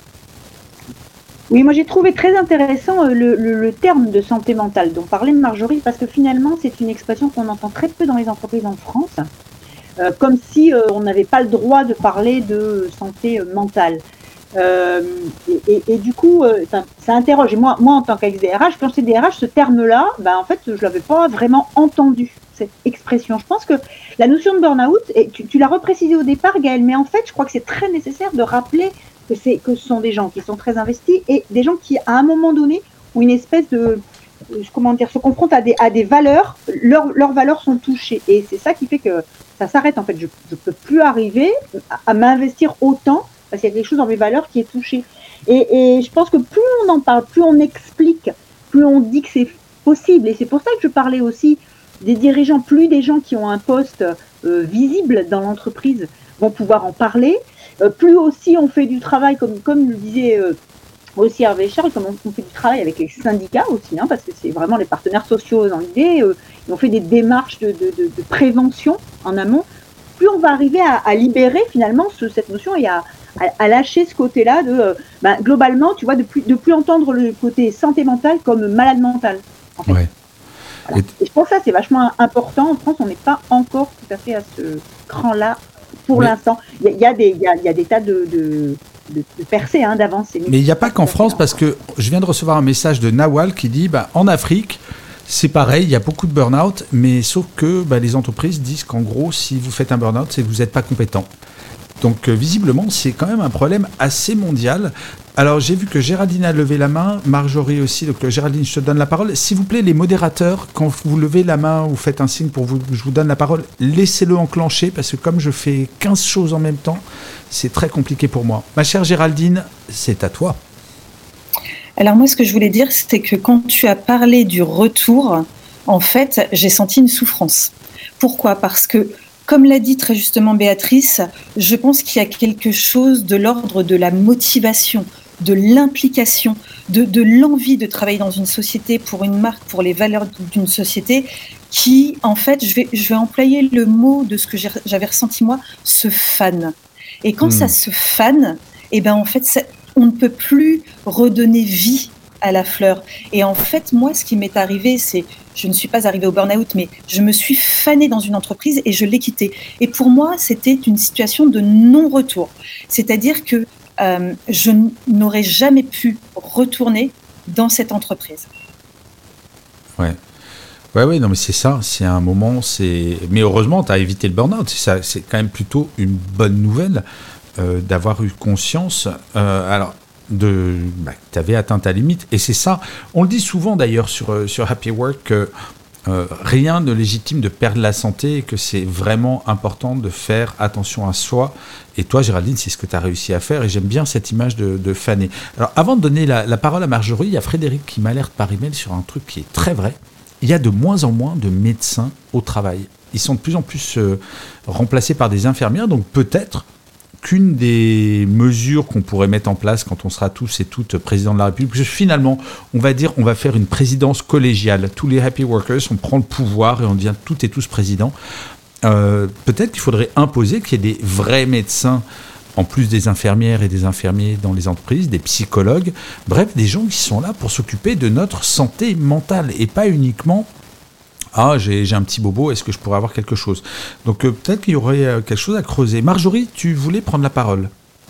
Oui, moi j'ai trouvé très intéressant euh, le, le, le terme de santé mentale dont parlait Marjorie, parce que finalement c'est une expression qu'on entend très peu dans les entreprises en France, euh, comme si euh, on n'avait pas le droit de parler de santé euh, mentale. Euh, et, et, et du coup, euh, ça, ça interroge. Et moi, moi, en tant qu'ex-D R H, quand j'étais D R H, ce terme-là, ben, en fait, je l'avais pas vraiment entendu, cette expression. Je pense que la notion de burn-out, et tu, tu l'as reprécisé au départ, Gaëlle, mais en fait, je crois que c'est très nécessaire de rappeler que, c'est, que ce sont des gens qui sont très investis et des gens qui, à un moment donné, ont une espèce de, comment dire, se confrontent à des, à des valeurs, leurs, leurs valeurs sont touchées. Et c'est ça qui fait que ça s'arrête, en fait. Je ne peux plus arriver à, à m'investir autant parce qu'il y a quelque chose dans mes valeurs qui est touché. Et, et je pense que plus on en parle, plus on explique, plus on dit que c'est possible. Et c'est pour ça que je parlais aussi des dirigeants, plus des gens qui ont un poste euh, visible dans l'entreprise vont pouvoir en parler. Euh, plus aussi on fait du travail, comme, comme le disait euh, aussi Hervé Charles, comme on, on fait du travail avec les syndicats aussi, hein, parce que c'est vraiment les partenaires sociaux dans l'idée. Euh, et on fait des démarches de, de, de, de prévention en amont. Plus on va arriver à, à libérer finalement ce, cette notion et à À, à lâcher ce côté-là de, euh, ben, globalement, tu vois, de plus, de plus entendre le côté santé mentale comme malade mental. En fait. Ouais. Voilà. Et... et je pense que ça, c'est vachement important. En France, on n'est pas encore tout à fait à ce cran-là pour Mais... l'instant. Il y, y, y, y a des tas de, de, de, de percées, hein, d'avancées. Mais il n'y a pas qu'en France, parce que je viens de recevoir un message de Nawal qui dit bah, en Afrique, c'est pareil, il y a beaucoup de burn-out, mais sauf que bah, les entreprises disent qu'en gros, si vous faites un burn-out, c'est que vous n'êtes pas compétent. Donc, euh, visiblement, c'est quand même un problème assez mondial. Alors, j'ai vu que Géraldine a levé la main, Marjorie aussi. Donc, euh, Géraldine, je te donne la parole. S'il vous plaît, les modérateurs, quand vous levez la main ou faites un signe pour vous, je vous donne la parole, laissez-le enclencher parce que comme je fais quinze choses en même temps, c'est très compliqué pour moi. Ma chère Géraldine, c'est à toi. Alors, moi, ce que je voulais dire, c'est que quand tu as parlé du retour, en fait, j'ai senti une souffrance. Pourquoi ? Parce que comme l'a dit très justement Béatrice, je pense qu'il y a quelque chose de l'ordre de la motivation, de l'implication, de, de l'envie de travailler dans une société, pour une marque, pour les valeurs d'une société, qui, en fait, je vais, je vais employer le mot de ce que j'ai, j'avais ressenti moi, se fane. Et quand mmh. ça se fane, eh ben, en fait, ça, on ne peut plus redonner vie à la fleur. Et en fait, moi, ce qui m'est arrivé, c'est, je ne suis pas arrivée au burn-out, mais je me suis fanée dans une entreprise et je l'ai quittée. Et pour moi, c'était une situation de non-retour. C'est-à-dire que euh, je n'aurais jamais pu retourner dans cette entreprise. Ouais. Ouais, ouais, non, mais c'est ça. C'est un moment, c'est. Mais heureusement, tu as évité le burn-out. C'est ça, c'est quand même plutôt une bonne nouvelle euh, d'avoir eu conscience. Euh, alors. De, bah, tu avais atteint ta limite, et c'est ça, on le dit souvent d'ailleurs sur, sur Happy Work, que euh, rien ne légitime de perdre la santé, et que c'est vraiment important de faire attention à soi. Et toi, Géraldine, c'est ce que tu as réussi à faire, et j'aime bien cette image de, de faner. Alors avant de donner la, la parole à Marjorie, il y a Frédéric qui m'alerte par email sur un truc qui est très vrai. Il y a de moins en moins de médecins au travail. Ils sont de plus en plus euh, remplacés par des infirmières, donc peut-être qu'une des mesures qu'on pourrait mettre en place quand on sera tous et toutes président de la République, parce que finalement, on va dire, on va faire une présidence collégiale. Tous les happy workers, on prend le pouvoir et on devient toutes et tous présidents. Euh, peut-être qu'il faudrait imposer qu'il y ait des vrais médecins, en plus des infirmières et des infirmiers dans les entreprises, des psychologues, bref, des gens qui sont là pour s'occuper de notre santé mentale et pas uniquement ah, j'ai, j'ai un petit bobo, est-ce que je pourrais avoir quelque chose ? Donc euh, peut-être qu'il y aurait euh, quelque chose à creuser. Marjorie, tu voulais prendre la parole ?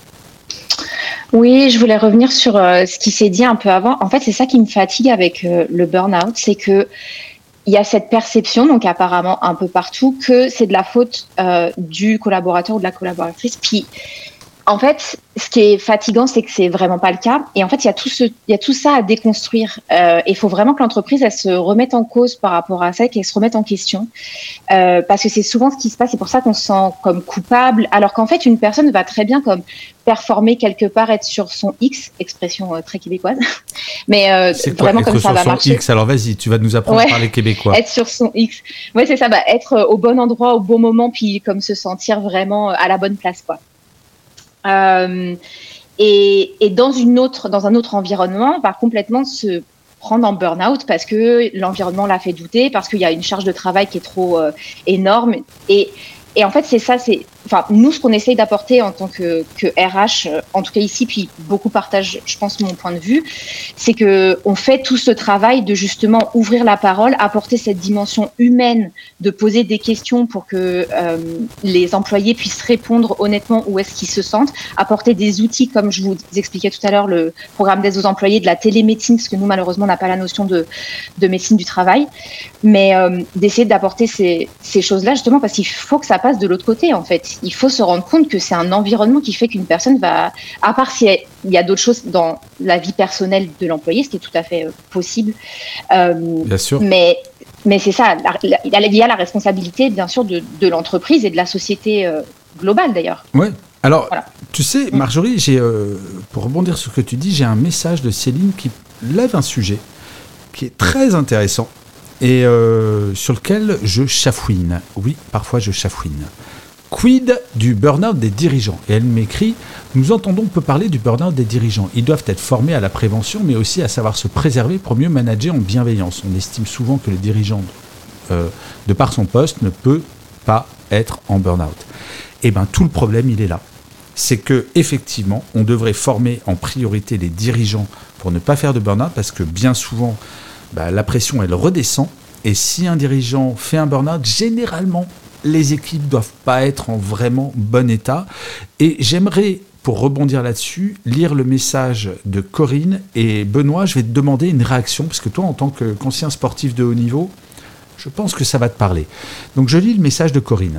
Oui, je voulais revenir sur euh, ce qui s'est dit un peu avant. En fait, c'est ça qui me fatigue avec euh, le burn-out, c'est que il y a cette perception, donc apparemment un peu partout, que c'est de la faute euh, du collaborateur ou de la collaboratrice. Puis, en fait, ce qui est fatigant, c'est que c'est vraiment pas le cas. Et en fait, il y a tout ce, il y a tout ça à déconstruire. Euh, il faut vraiment que l'entreprise, elle se remette en cause par rapport à ça, qu'elle se remette en question. Euh, parce que c'est souvent ce qui se passe. C'est pour ça qu'on se sent comme coupable. Alors qu'en fait, une personne va très bien comme performer quelque part, être sur son X, expression euh, très québécoise. Mais euh, c'est quoi, vraiment être comme ça sur va son marcher. X, alors vas-y, tu vas nous apprendre Ouais. à parler québécois. Être sur son X. Ouais, c'est ça. Bah, être au bon endroit, au bon moment, puis comme se sentir vraiment à la bonne place, quoi. Euh, et, et dans une autre, dans un autre environnement, va complètement se prendre en burn-out parce que l'environnement l'a fait douter, parce qu'il y a une charge de travail qui est trop euh, énorme. Et, et en fait, c'est ça, c'est, enfin, nous, ce qu'on essaye d'apporter en tant que, que R H, euh, en tout cas ici, puis beaucoup partagent, je pense, mon point de vue, c'est que on fait tout ce travail de justement ouvrir la parole, apporter cette dimension humaine, de poser des questions pour que euh, les employés puissent répondre honnêtement où est-ce qu'ils se sentent, apporter des outils, comme je vous expliquais tout à l'heure, le programme d'aide aux employés, de la télémédecine, parce que nous, malheureusement, on n'a pas la notion de, de médecine du travail, mais euh, d'essayer d'apporter ces, ces choses-là, justement, parce qu'il faut que ça passe de l'autre côté, en fait. Il faut se rendre compte que c'est un environnement qui fait qu'une personne va, à part s'il y a, il y a d'autres choses dans la vie personnelle de l'employé, ce qui est tout à fait euh, possible. Euh, Bien sûr. Mais, mais c'est ça, la, la, il y a la responsabilité, bien sûr, de, de l'entreprise et de la société euh, globale, d'ailleurs. Ouais. Alors, Voilà. tu sais, Marjorie, j'ai, euh, pour rebondir sur ce que tu dis, j'ai un message de Céline qui lève un sujet qui est très intéressant et euh, sur lequel je chafouine. Oui, parfois je chafouine. Quid du burn-out des dirigeants ? Et elle m'écrit « Nous entendons peu parler du burn-out des dirigeants. Ils doivent être formés à la prévention, mais aussi à savoir se préserver pour mieux manager en bienveillance. On estime souvent que le dirigeant, euh, de par son poste, ne peut pas être en burn-out. » Eh bien, tout le problème, il est là. C'est que effectivement, on devrait former en priorité les dirigeants pour ne pas faire de burn-out, parce que bien souvent, bah, la pression, elle redescend. Et si un dirigeant fait un burn-out, généralement, les équipes ne doivent pas être en vraiment bon état. Et j'aimerais, pour rebondir là-dessus, lire le message de Corinne. Et Benoît, je vais te demander une réaction, parce que toi, en tant que, qu'ancien sportif de haut niveau, je pense que ça va te parler. Donc je lis le message de Corinne.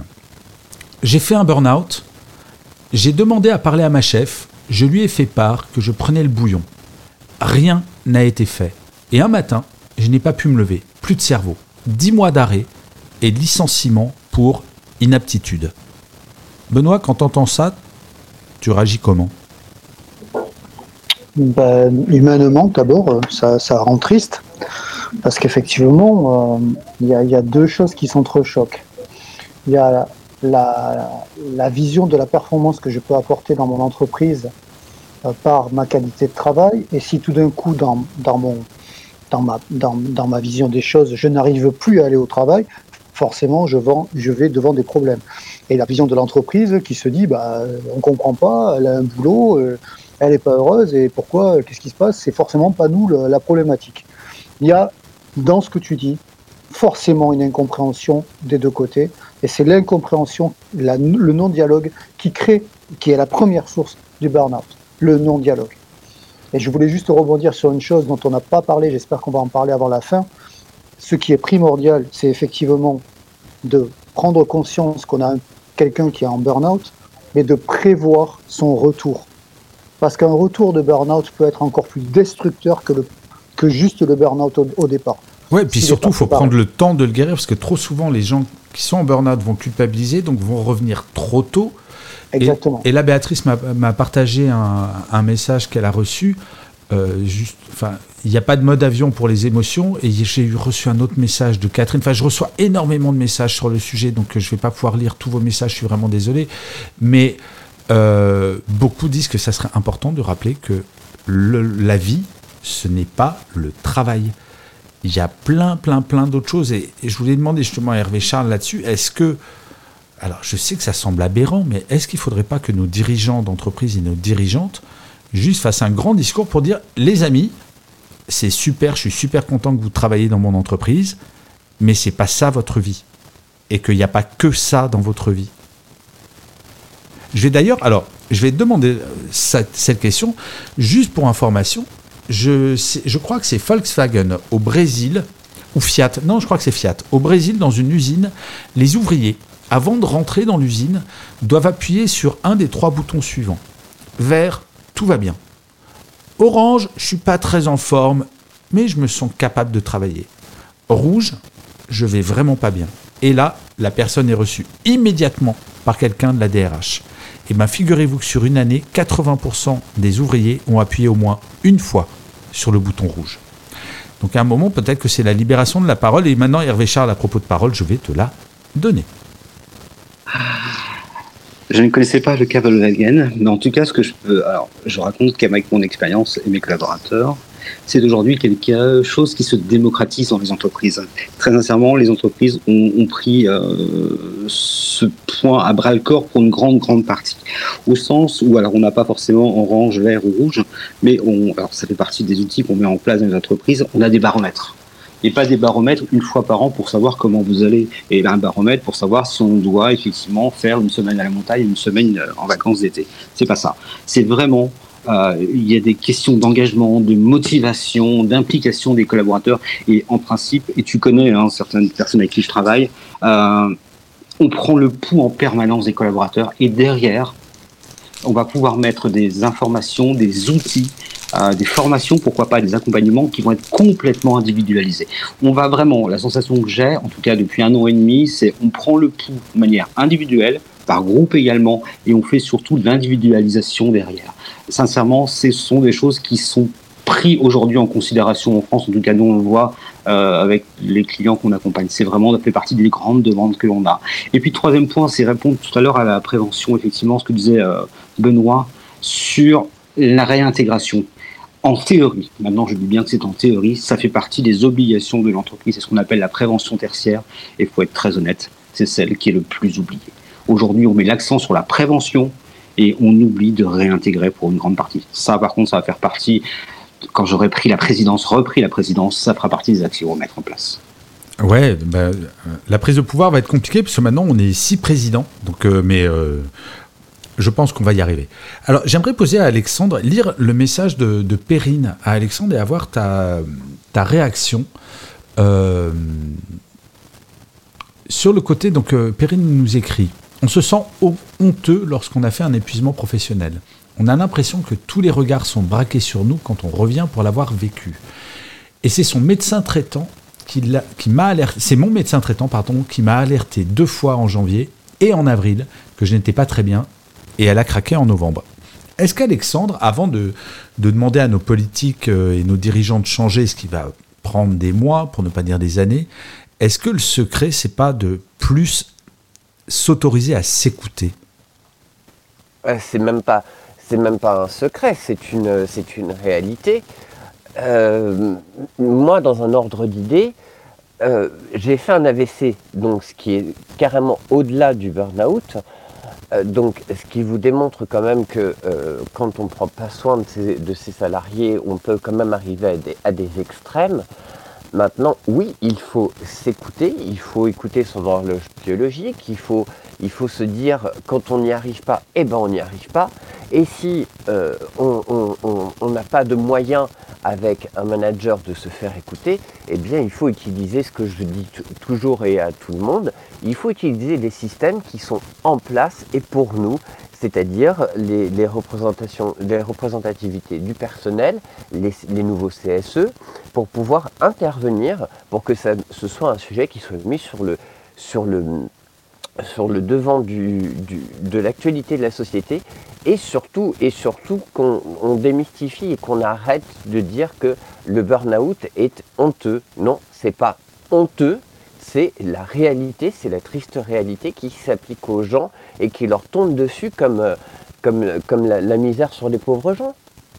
J'ai fait un burn-out. J'ai demandé à parler à ma chef. Je lui ai fait part que je prenais le bouillon. Rien n'a été fait. Et un matin, je n'ai pas pu me lever. Plus de cerveau. Dix mois d'arrêt et licenciement pour inaptitude. Benoît, quand tu entends ça, tu réagis comment ? Ben, humainement, d'abord, ça, ça rend triste. Parce qu'effectivement, il euh, y, y a deux choses qui s'entrechoquent. Il y a la, la vision de la performance que je peux apporter dans mon entreprise euh, par ma qualité de travail. Et si tout d'un coup, dans, dans, mon, dans, ma, dans, dans ma vision des choses, je n'arrive plus à aller au travail, forcément, je, vends, je vais devant des problèmes. Et la vision de l'entreprise qui se dit, bah, on ne comprend pas, elle a un boulot, euh, elle n'est pas heureuse, et pourquoi, qu'est-ce qui se passe? C'est forcément pas nous le, la problématique. Il y a, dans ce que tu dis, forcément une incompréhension des deux côtés, et c'est l'incompréhension, la, le non-dialogue qui crée, qui est la première source du burn-out, le non-dialogue. Et je voulais juste rebondir sur une chose dont on n'a pas parlé, j'espère qu'on va en parler avant la fin. Ce qui est primordial, c'est effectivement de prendre conscience qu'on a un, quelqu'un qui est en burn-out, mais de prévoir son retour. Parce qu'un retour de burn-out peut être encore plus destructeur que, le, que juste le burn-out au, au départ. Ouais, et puis surtout, il faut prendre le temps de le guérir, parce que trop souvent, les gens qui sont en burn-out vont culpabiliser, donc vont revenir trop tôt. Exactement. Et, et là, Béatrice m'a, m'a partagé un, un message qu'elle a reçu. Euh, juste, enfin, il n'y a pas de mode avion pour les émotions, et j'ai eu reçu un autre message de Catherine. Enfin, je reçois énormément de messages sur le sujet, donc je ne vais pas pouvoir lire tous vos messages, je suis vraiment désolé. Mais euh, beaucoup disent que ça serait important de rappeler que le, la vie, ce n'est pas le travail. Il y a plein, plein, plein d'autres choses. Et, et je voulais demander justement à Hervé Charles là-dessus, est-ce que, alors je sais que ça semble aberrant, mais est-ce qu'il ne faudrait pas que nos dirigeants d'entreprise et nos dirigeantes juste fassent un grand discours pour dire, les amis, c'est super, je suis super content que vous travaillez dans mon entreprise, mais c'est pas ça votre vie. Et qu'il n'y a pas que ça dans votre vie. Je vais d'ailleurs, alors, je vais te demander cette, cette question, juste pour information. Je, je crois que c'est Volkswagen au Brésil, ou Fiat, non, je crois que c'est Fiat. Au Brésil, dans une usine, les ouvriers, avant de rentrer dans l'usine, doivent appuyer sur un des trois boutons suivants. Vert, tout va bien. Orange, je suis pas très en forme, mais je me sens capable de travailler. Rouge, je vais vraiment pas bien. Et là, la personne est reçue immédiatement par quelqu'un de la D R H. Et bien, figurez-vous que sur une année, quatre-vingts pour cent des ouvriers ont appuyé au moins une fois sur le bouton rouge. Donc à un moment, peut-être que c'est la libération de la parole. Et maintenant, Hervé Charles, à propos de parole, je vais te la donner. Je ne connaissais pas le cas Volkswagen, mais en tout cas, ce que je peux, alors, je raconte qu'avec mon expérience et mes collaborateurs, c'est aujourd'hui quelque chose qui se démocratise dans les entreprises. Très sincèrement, les entreprises ont, ont pris euh, ce point à bras le corps pour une grande, grande partie. Au sens où, alors, on n'a pas forcément orange, vert ou rouge, mais on, alors, ça fait partie des outils qu'on met en place dans les entreprises. On a des baromètres. Et pas des baromètres une fois par an pour savoir comment vous allez. Et un baromètre pour savoir si on doit effectivement faire une semaine à la montagne, une semaine en vacances d'été. C'est pas ça. C'est vraiment, euh, il y a des questions d'engagement, de motivation, d'implication des collaborateurs. Et en principe, et tu connais hein, certaines personnes avec qui je travaille, euh, on prend le pouls en permanence des collaborateurs. Et derrière, on va pouvoir mettre des informations, des outils, Euh, des formations, pourquoi pas des accompagnements qui vont être complètement individualisés. On va vraiment, la sensation que j'ai, en tout cas depuis un an et demi, c'est on prend le pouls de manière individuelle, par groupe également, et on fait surtout de l'individualisation derrière. Sincèrement, ce sont des choses qui sont prises aujourd'hui en considération en France, en tout cas nous on le voit euh, avec les clients qu'on accompagne. C'est vraiment, ça fait partie des grandes demandes que l'on a. Et puis troisième point, c'est répondre tout à l'heure à la prévention, effectivement, ce que disait euh, Benoît, sur la réintégration. En théorie, maintenant je dis bien que c'est en théorie, ça fait partie des obligations de l'entreprise, c'est ce qu'on appelle la prévention tertiaire, et il faut être très honnête, c'est celle qui est le plus oubliée. Aujourd'hui, on met l'accent sur la prévention, et on oublie de réintégrer pour une grande partie. Ça, par contre, ça va faire partie, quand j'aurai pris la présidence, repris la présidence, ça fera partie des actions à mettre en place. Ouais, bah, la prise de pouvoir va être compliquée, parce que maintenant on est six présidents, donc, euh, mais... Euh je pense qu'on va y arriver. Alors, j'aimerais poser à Alexandre, lire le message de, de Perrine à Alexandre et avoir ta, ta réaction euh, sur le côté. Donc, euh, Perrine nous écrit « On se sent honteux lorsqu'on a fait un épuisement professionnel. On a l'impression que tous les regards sont braqués sur nous quand on revient pour l'avoir vécu. Et c'est son médecin traitant qui, l'a, qui m'a alerté, c'est mon médecin traitant, pardon, qui m'a alerté deux fois en janvier et en avril que je n'étais pas très bien. Et elle a craqué en novembre. Est-ce qu'Alexandre, avant de, de demander à nos politiques et nos dirigeants de changer, ce qui va prendre des mois, pour ne pas dire des années, est-ce que le secret, c'est pas de plus s'autoriser à s'écouter? C'est même pas, c'est même pas un secret, c'est une, c'est une réalité. Euh, moi, dans un ordre d'idées, euh, j'ai fait un A V C, donc ce qui est carrément au-delà du burn-out. Euh, donc, ce qui vous démontre quand même que euh, quand on ne prend pas soin de ses, de ses salariés, on peut quand même arriver à des, à des extrêmes. Maintenant, oui, il faut s'écouter, il faut écouter son horloge biologique, il faut, il faut se dire, quand on n'y arrive pas, eh ben on n'y arrive pas. Et si euh, on n'a pas de moyens avec un manager de se faire écouter, eh bien il faut utiliser ce que je dis t- toujours et à tout le monde, il faut utiliser les systèmes qui sont en place et pour nous, c'est-à-dire les, les représentations, les représentativités du personnel, les, les nouveaux C S E, pour pouvoir intervenir, pour que ça, ce soit un sujet qui soit mis sur le, sur le, sur le devant du, du, de l'actualité de la société, et surtout, et surtout qu'on on démystifie et qu'on arrête de dire que le burn-out est honteux. Non, c'est pas honteux, c'est la réalité, c'est la triste réalité qui s'applique aux gens et qui leur tombe dessus comme, comme, comme la, la misère sur les pauvres gens.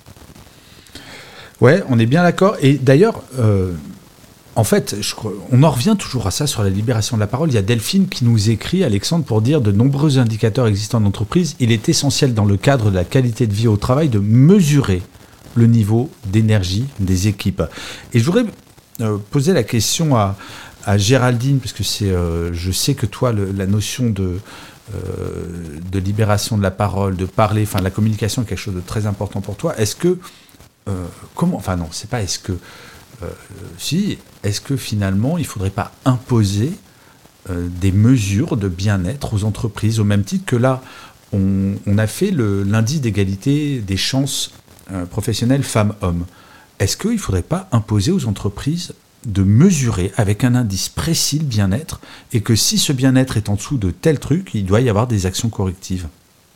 Ouais, on est bien d'accord. Et d'ailleurs, euh, en fait, je crois, on en revient toujours à ça sur la libération de la parole. Il y a Delphine qui nous écrit, Alexandre, pour dire de nombreux indicateurs existants en entreprise. Il est essentiel dans le cadre de la qualité de vie au travail de mesurer le niveau d'énergie des équipes. Et je voudrais euh, poser la question à, à Géraldine, parce que c'est, euh, je sais que toi, le, la notion de, euh, de libération de la parole, de parler, enfin la communication est quelque chose de très important pour toi. Est-ce que Euh, comment, enfin non, c'est pas est-ce que, euh, si, est-ce que finalement il ne faudrait pas imposer euh, des mesures de bien-être aux entreprises, au même titre que là, on, on a fait le, l'indice d'égalité des chances euh, professionnelles femmes-hommes. Est-ce qu'il ne faudrait pas imposer aux entreprises de mesurer avec un indice précis le bien-être, et que si ce bien-être est en dessous de tel truc, il doit y avoir des actions correctives?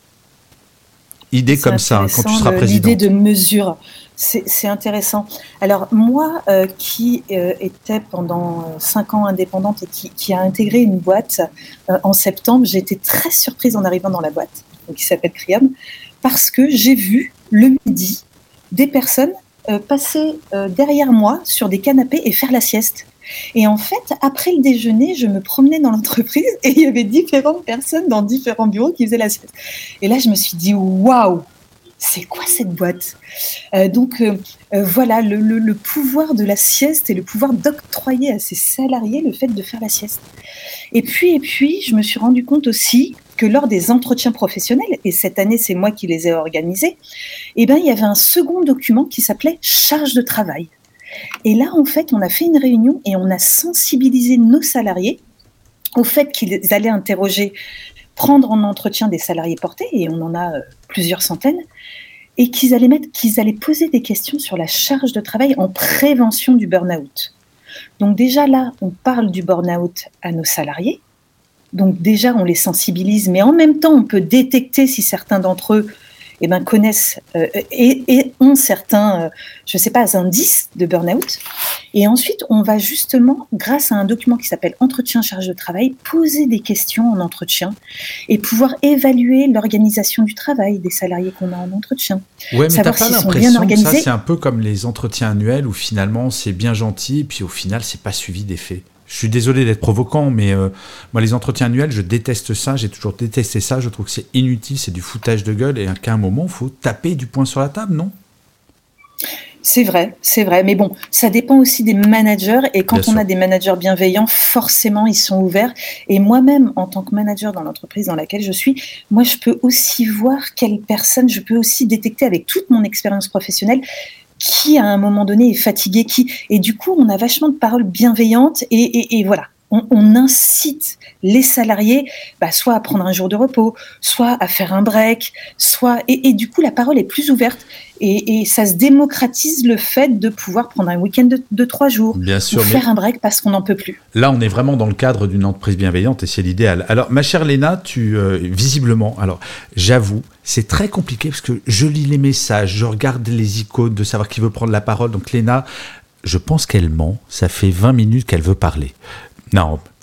Idée C'est comme ça, hein, quand tu seras présidente. L'idée de mesure, c'est, c'est intéressant. Alors moi, euh, qui euh, était pendant cinq ans indépendante et qui, qui a intégré une boîte euh, en septembre, j'ai été très surprise en arrivant dans la boîte, donc, qui s'appelle Crium, parce que j'ai vu le midi des personnes euh, passer euh, derrière moi sur des canapés et faire la sieste. Et en fait, après le déjeuner, je me promenais dans l'entreprise et il y avait différentes personnes dans différents bureaux qui faisaient la sieste. Et là, je me suis dit, waouh, c'est quoi cette boîte ? euh, Donc euh, euh, voilà, le, le, le pouvoir de la sieste et le pouvoir d'octroyer à ses salariés le fait de faire la sieste. Et puis, et puis, je me suis rendu compte aussi que lors des entretiens professionnels, et cette année, c'est moi qui les ai organisés, eh ben, il y avait un second document qui s'appelait « Charge de travail ». Et là, en fait, on a fait une réunion et on a sensibilisé nos salariés au fait qu'ils allaient interroger, prendre en entretien des salariés portés, et on en a euh, plusieurs centaines, et qu'ils allaient, mettre, qu'ils allaient poser des questions sur la charge de travail en prévention du burn-out. Donc déjà là, on parle du burn-out à nos salariés. Donc déjà, on les sensibilise, mais en même temps, on peut détecter si certains d'entre eux eh ben, connaissent euh, et, et ont certains, euh, je ne sais pas, indices de burn-out. Et ensuite, on va justement, grâce à un document qui s'appelle « Entretien charge de travail », poser des questions en entretien et pouvoir évaluer l'organisation du travail des salariés qu'on a en entretien. Ouais, mais savoir t'as pas s'ils sont l'impression bien organisés. Que ça, c'est un peu comme les entretiens annuels où finalement c'est bien gentil et puis au final c'est pas suivi des faits. Je suis désolé d'être provocant, mais euh, moi, les entretiens annuels, je déteste ça. J'ai toujours détesté ça. Je trouve que c'est inutile, c'est du foutage de gueule et qu'à un moment, il faut taper du poing sur la table, non ? C'est vrai, c'est vrai. Mais bon, ça dépend aussi des managers. Et quand Bien on sûr. a des managers bienveillants, forcément, ils sont ouverts. Et moi-même, en tant que manager dans l'entreprise dans laquelle je suis, moi, je peux aussi voir quelle personne, je peux aussi détecter avec toute mon expérience professionnelle qui, à un moment donné, est fatigué, qui... Et du coup, on a vachement de paroles bienveillantes et, et, et voilà. On, on incite les salariés bah, soit à prendre un jour de repos, soit à faire un break, soit... Et, et du coup, la parole est plus ouverte et, et ça se démocratise le fait de pouvoir prendre un week-end de, de trois jours Bien sûr, ou mais- faire un break parce qu'on n'en peut plus. Là, on est vraiment dans le cadre d'une entreprise bienveillante et c'est l'idéal. Alors, ma chère Léna, tu, euh, visiblement, alors, j'avoue, c'est très compliqué parce que je lis les messages, je regarde les icônes de savoir qui veut prendre la parole. Donc, Léna, je pense qu'elle ment. Ça fait vingt minutes qu'elle veut parler. Non,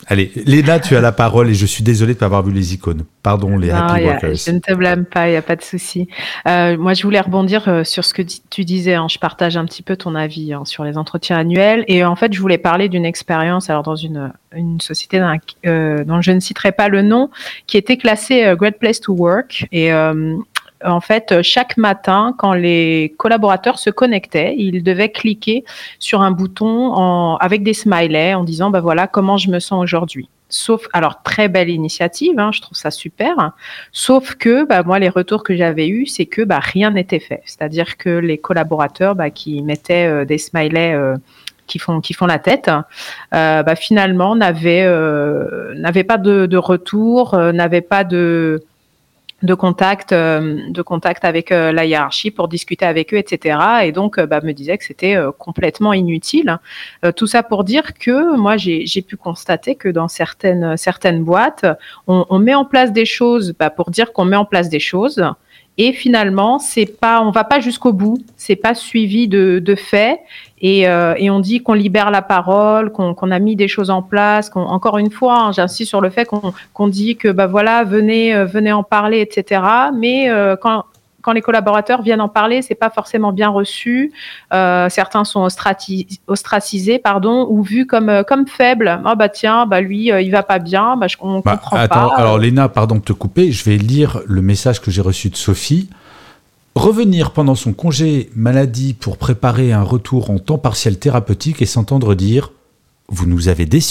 Allez, Léna, tu as la parole et je suis désolé de ne pas avoir vu les icônes. Pardon, les Non, Happy y a, Workers. je ne te blâme pas, il n'y a pas de souci. Euh, moi, je voulais rebondir euh, sur ce que di- tu disais. Hein, je partage un petit peu ton avis hein, sur les entretiens annuels. Et en fait, je voulais parler d'une expérience alors dans une, une société d'un, euh, dont je ne citerai pas le nom, qui était classée euh, Great Place to Work. Et euh, en fait, chaque matin, quand les collaborateurs se connectaient, ils devaient cliquer sur un bouton en, avec des smileys en disant bah voilà comment je me sens aujourd'hui. Sauf, alors très belle initiative, hein, je trouve ça super. Sauf que bah, moi, les retours que j'avais eus, c'est que bah, rien n'était fait. C'est-à-dire que les collaborateurs bah, qui mettaient euh, des smileys euh, qui font qui font la tête, euh, bah, finalement n'avaient euh, n'avaient pas de, de retour, euh, n'avaient pas de de contact, euh, de contact avec euh, la hiérarchie pour discuter avec eux, et cetera. Et donc, euh, bah, me disait que c'était euh, complètement inutile. Euh, tout ça pour dire que moi, j'ai, j'ai pu constater que dans certaines, certaines boîtes, on, on met en place des choses bah, pour dire qu'on met en place des choses. Et finalement, c'est pas, on va pas jusqu'au bout. C'est pas suivi de, de faits. Et, euh, et on dit qu'on libère la parole, qu'on, qu'on a mis des choses en place. Qu'on, encore une fois, hein, j'insiste sur le fait qu'on, qu'on dit que bah voilà, venez, euh, venez en parler, et cetera. Mais euh, quand quand les collaborateurs viennent en parler, c'est pas forcément bien reçu. Euh, certains sont ostrati- ostracisés, pardon, ou vus comme euh, comme faibles. Ah bah tiens, bah lui, euh, il va pas bien. Bah je on Bah, comprend attends, pas. alors Léna, pardon de te couper, je vais lire le message que j'ai reçu de Sophie. Revenir pendant son congé maladie pour préparer un retour en temps partiel thérapeutique et s'entendre dire « Vous nous avez déçus ».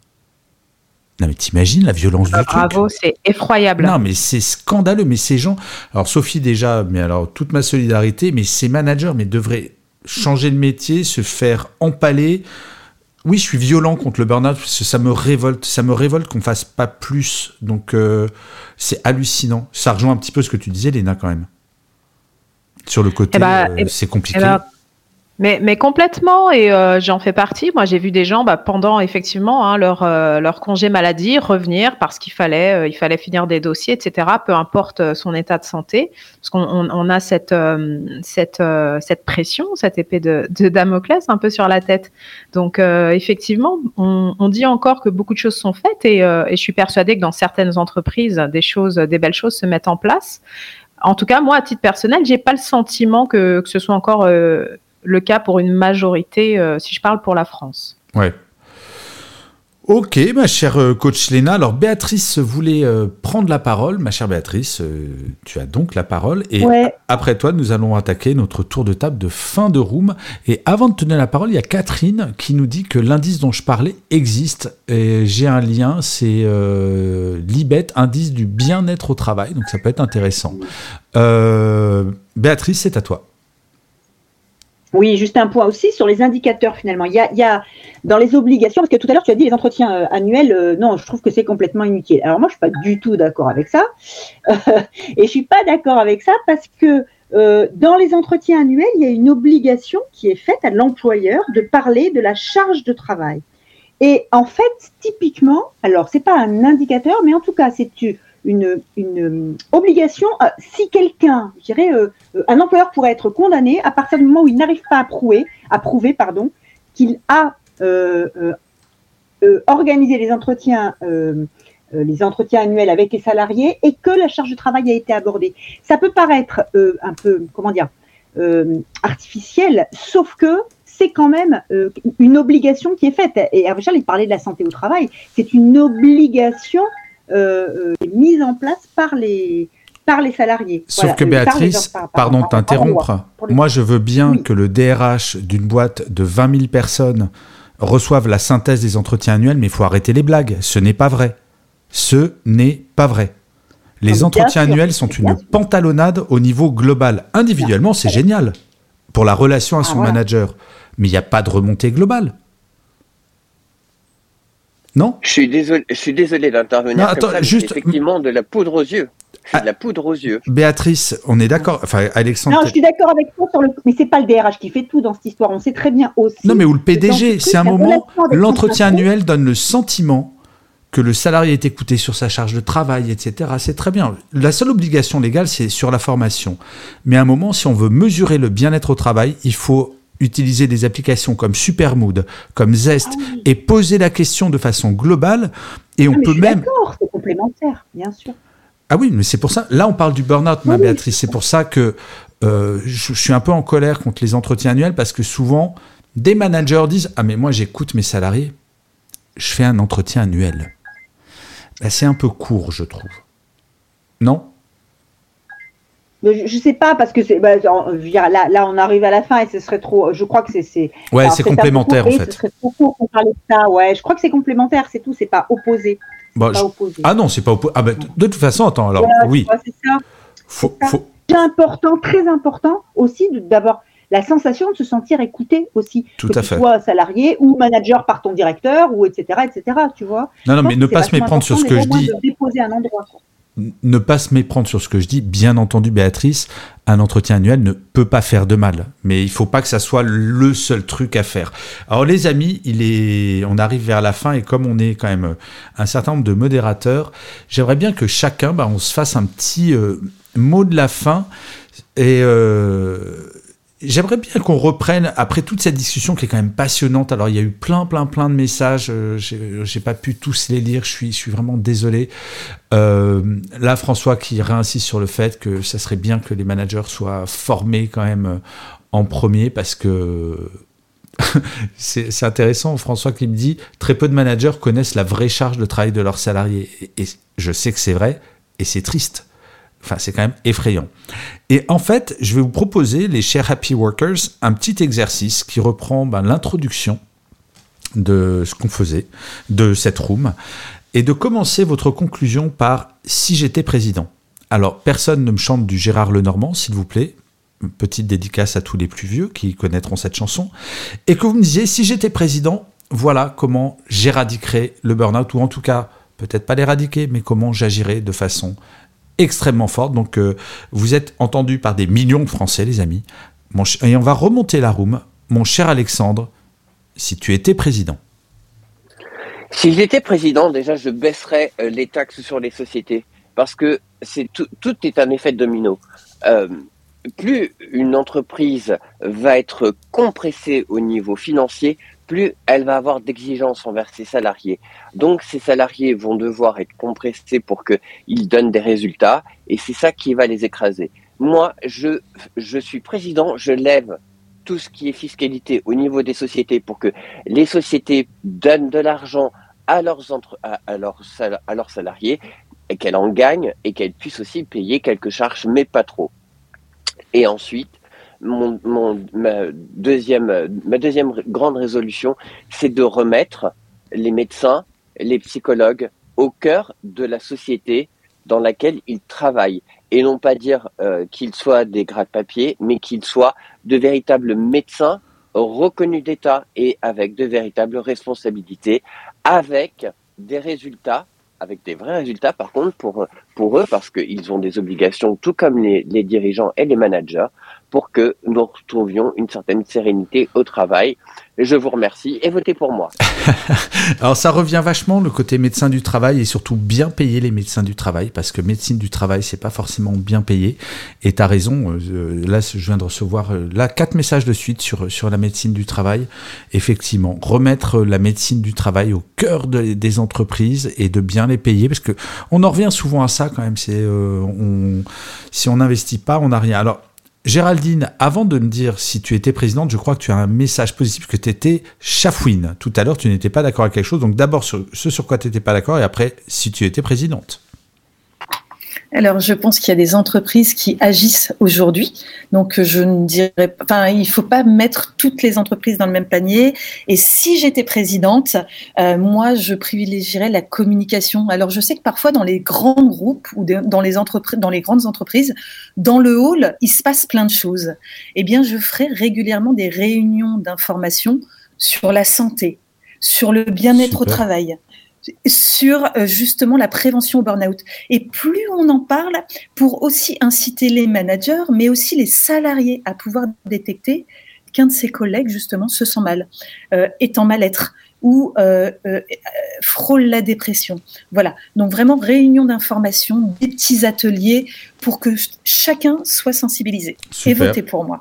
Non mais t'imagines la violence Ah, du truc. bravo, c'est effroyable. Non mais c'est scandaleux, mais ces gens... Alors Sophie déjà, mais alors toute ma solidarité, mais ces managers mais devraient changer de métier, se faire empaler. Oui, je suis violent contre le burn-out parce que ça me révolte, ça me révolte qu'on fasse pas plus. Donc euh, c'est hallucinant. Ça rejoint un petit peu ce que tu disais, Léna, quand même. Sur le côté, Eh ben, euh, eh- c'est compliqué. eh ben, Mais, mais complètement, et euh, j'en fais partie. Moi, j'ai vu des gens bah, pendant effectivement hein, leur euh, leur congé maladie revenir parce qu'il fallait euh, il fallait finir des dossiers, et cetera. Peu importe euh, son état de santé, parce qu'on on, on a cette euh, cette euh, cette pression, cette épée de, de Damoclès un peu sur la tête. Donc euh, effectivement, on, on dit encore que beaucoup de choses sont faites, et, euh, et je suis persuadée que dans certaines entreprises, des choses, des belles choses se mettent en place. En tout cas, moi, à titre personnel, j'ai pas le sentiment que que ce soit encore euh, le cas pour une majorité, euh, si je parle pour la France. Ouais. Ok, ma chère euh, coach Léna. Alors, Béatrice voulait euh, prendre la parole. Ma chère Béatrice, euh, tu as donc la parole. Et Ouais. après toi, nous allons attaquer notre tour de table de fin de room. Et avant de te donner la parole, il y a Catherine qui nous dit que l'indice dont je parlais existe. Et j'ai un lien, c'est euh, l'I B E T, indice du bien-être au travail. Donc, ça peut être intéressant. Euh, Béatrice, c'est à toi. Oui, juste un point aussi sur les indicateurs finalement. Il y a, il y a dans les obligations, parce que tout à l'heure tu as dit les entretiens euh, annuels, euh, non, je trouve que c'est complètement inutile. Alors moi je suis pas du tout d'accord avec ça, euh, et je suis pas d'accord avec ça parce que euh, dans les entretiens annuels, il y a une obligation qui est faite à l'employeur de parler de la charge de travail. Et en fait, typiquement, alors c'est pas un indicateur, mais en tout cas c'est une une, une obligation. Euh, si quelqu'un, je dirais, euh, euh, un employeur pourrait être condamné à partir du moment où il n'arrive pas à prouver, à prouver, pardon, qu'il a euh, euh, euh, organisé les entretiens, euh, euh, les entretiens annuels avec les salariés et que la charge de travail a été abordée. Ça peut paraître euh, un peu, comment dire, euh, artificiel, sauf que c'est quand même euh, une obligation qui est faite. Et Hervé Charles, il parlait de la santé au travail. C'est une obligation Euh, euh, mise en place par les, par les salariés. Sauf Voilà, que euh, par les- Béatrice, par- par- pardon de par- par- t'interrompre, par- pour les- moi je veux bien Oui. que le D R H d'une boîte de vingt mille personnes reçoive la synthèse des entretiens annuels, mais il faut arrêter les blagues. Ce n'est pas vrai. Ce n'est pas vrai. Les Ah, bien entretiens sûr, annuels sont bien une sûr. pantalonnade au niveau global. Individuellement, c'est génial pour la relation à son Ah, voilà. manager. Mais il n'y a pas de remontée globale. Non ? Je suis désolé, je suis désolé d'intervenir Non, comme attends, ça, mais juste- c'est effectivement de la poudre aux yeux. C'est de la poudre aux yeux. Béatrice, on est d'accord. Enfin, Alexandre. Non, je suis d'accord avec toi sur le. Mais c'est pas le D R H qui fait tout dans cette histoire. On sait très bien aussi. Non, mais où le que P D dans G, ce c'est un truc, la moment, relation avec l'entretien son patron- annuel donne le sentiment que le salarié est écouté sur sa charge de travail, et cetera. C'est très bien. La seule obligation légale, c'est sur la formation. Mais à un moment, si on veut mesurer le bien-être au travail, il faut utiliser des applications comme Supermood, comme Zest, ah oui. et poser la question de façon globale. Et on ah, mais peut je suis même. D'accord, c'est complémentaire, bien sûr. Ah oui, mais c'est pour ça. Là, on parle du burn-out, ma oui, Béatrice. C'est pour ça que euh, je, je suis un peu en colère contre les entretiens annuels parce que souvent, des managers disent « Ah, mais moi, j'écoute mes salariés. Je fais un entretien annuel. » Là, c'est un peu court, je trouve. Non ? Mais je ne sais pas, parce que c'est, bah, là, là, on arrive à la fin et ce serait trop. Je crois que c'est. c'est ouais, c'est complémentaire, en fait. Ce serait trop court pour parler de ça. Ouais, je crois que c'est complémentaire, c'est tout. C'est pas opposé. Bon, c'est je... pas opposé. Ah non, c'est pas opposé. Ah ben, de toute façon, attends, alors, ouais, oui. Vois, c'est ça. Faut, c'est ça. faut... C'est important, très important aussi de, d'avoir la sensation de se sentir écouté aussi. Tout que à tu fait. sois salarié ou manager par ton directeur ou et cetera, et cetera. Tu vois. Non, non, mais ne pas se méprendre sur ce que je dis. De déposer un endroit. Quoi. Ne pas se méprendre sur ce que je dis. Bien entendu, Béatrice, un entretien annuel ne peut pas faire de mal. Mais il ne faut pas que ça soit le seul truc à faire. Alors les amis, il est... on arrive vers la fin et comme on est quand même un certain nombre de modérateurs, j'aimerais bien que chacun, bah, on se fasse un petit euh, mot de la fin. Et euh, j'aimerais bien qu'on reprenne, après toute cette discussion qui est quand même passionnante. Alors il y a eu plein, plein, plein de messages. Euh, j'ai, j'ai pas pu tous les lire. Je suis, je suis vraiment désolé. Euh, là, François qui réinsiste sur le fait que ça serait bien que les managers soient formés quand même en premier parce que c'est, c'est intéressant. François qui me dit très peu de managers connaissent la vraie charge de travail de leurs salariés. Et, et je sais que c'est vrai et c'est triste. Enfin, c'est quand même effrayant. Et en fait, je vais vous proposer, les chers Happy Workers, un petit exercice qui reprend ben, l'introduction de ce qu'on faisait, de cette room, et de commencer votre conclusion par « Si j'étais président ». Alors, personne ne me chante du Gérard Lenormand, s'il vous plaît. Une petite dédicace à tous les plus vieux qui connaîtront cette chanson. Et que vous me disiez « Si j'étais président, voilà comment j'éradiquerais le burn-out », ou en tout cas, peut-être pas l'éradiquer, mais comment j'agirais de façon extrêmement forte. Donc, euh, vous êtes entendus par des millions de Français, les amis. Mon ch- et on va remonter la room. Mon cher Alexandre, si tu étais président. Si j'étais président, déjà, je baisserais euh, les taxes sur les sociétés. Parce que c'est tout, tout est un effet domino. Euh, plus une entreprise va être compressée au niveau financier, plus elle va avoir d'exigences envers ses salariés. Donc, ces salariés vont devoir être compressés pour qu'ils donnent des résultats, et c'est ça qui va les écraser. Moi, je, je suis président, je lève tout ce qui est fiscalité au niveau des sociétés pour que les sociétés donnent de l'argent à leurs, entre, à, à leurs, à leurs salariés, et qu'elles en gagnent, et qu'elles puissent aussi payer quelques charges, mais pas trop. Et ensuite, Mon, mon, ma, deuxième, ma deuxième grande résolution, c'est de remettre les médecins, les psychologues au cœur de la société dans laquelle ils travaillent. Et non pas dire euh, qu'ils soient des gratte-papier, mais qu'ils soient de véritables médecins reconnus d'État et avec de véritables responsabilités, avec des résultats, avec des vrais résultats par contre pour, pour eux, parce qu'ils ont des obligations, tout comme les, les dirigeants et les managers, pour que nous retrouvions une certaine sérénité au travail. Je vous remercie et votez pour moi. Alors ça revient vachement le côté médecin du travail et surtout bien payer les médecins du travail parce que médecine du travail c'est pas forcément bien payé et t'as raison, euh, là je viens de recevoir euh, là quatre messages de suite sur, sur la médecine du travail. Effectivement, remettre la médecine du travail au cœur de, des entreprises et de bien les payer parce que on en revient souvent à ça quand même, c'est, euh, on, si on n'investit pas on n'a rien. Alors Géraldine, avant de me dire si tu étais présidente, je crois que tu as un message positif, que tu étais chafouine. Tout à l'heure, tu n'étais pas d'accord avec quelque chose. Donc d'abord, sur ce sur quoi tu n'étais pas d'accord et après, si tu étais présidente. Alors, je pense qu'il y a des entreprises qui agissent aujourd'hui. Donc, je ne dirais pas, enfin, il ne faut pas mettre toutes les entreprises dans le même panier. Et si j'étais présidente, euh, moi, je privilégierais la communication. Alors, je sais que parfois, dans les grands groupes ou de, dans les entreprises, dans les grandes entreprises, dans le hall, il se passe plein de choses. Eh bien, je ferai régulièrement des réunions d'information sur la santé, sur le bien-être Super. Au travail, sur euh, justement la prévention au burn-out. Et plus on en parle, pour aussi inciter les managers, mais aussi les salariés à pouvoir détecter qu'un de ses collègues, justement, se sent mal, euh, est en mal-être ou euh, euh, frôle la dépression. Voilà. Donc vraiment, réunion d'information, des petits ateliers pour que ch- chacun soit sensibilisé. Super. Et votez pour moi.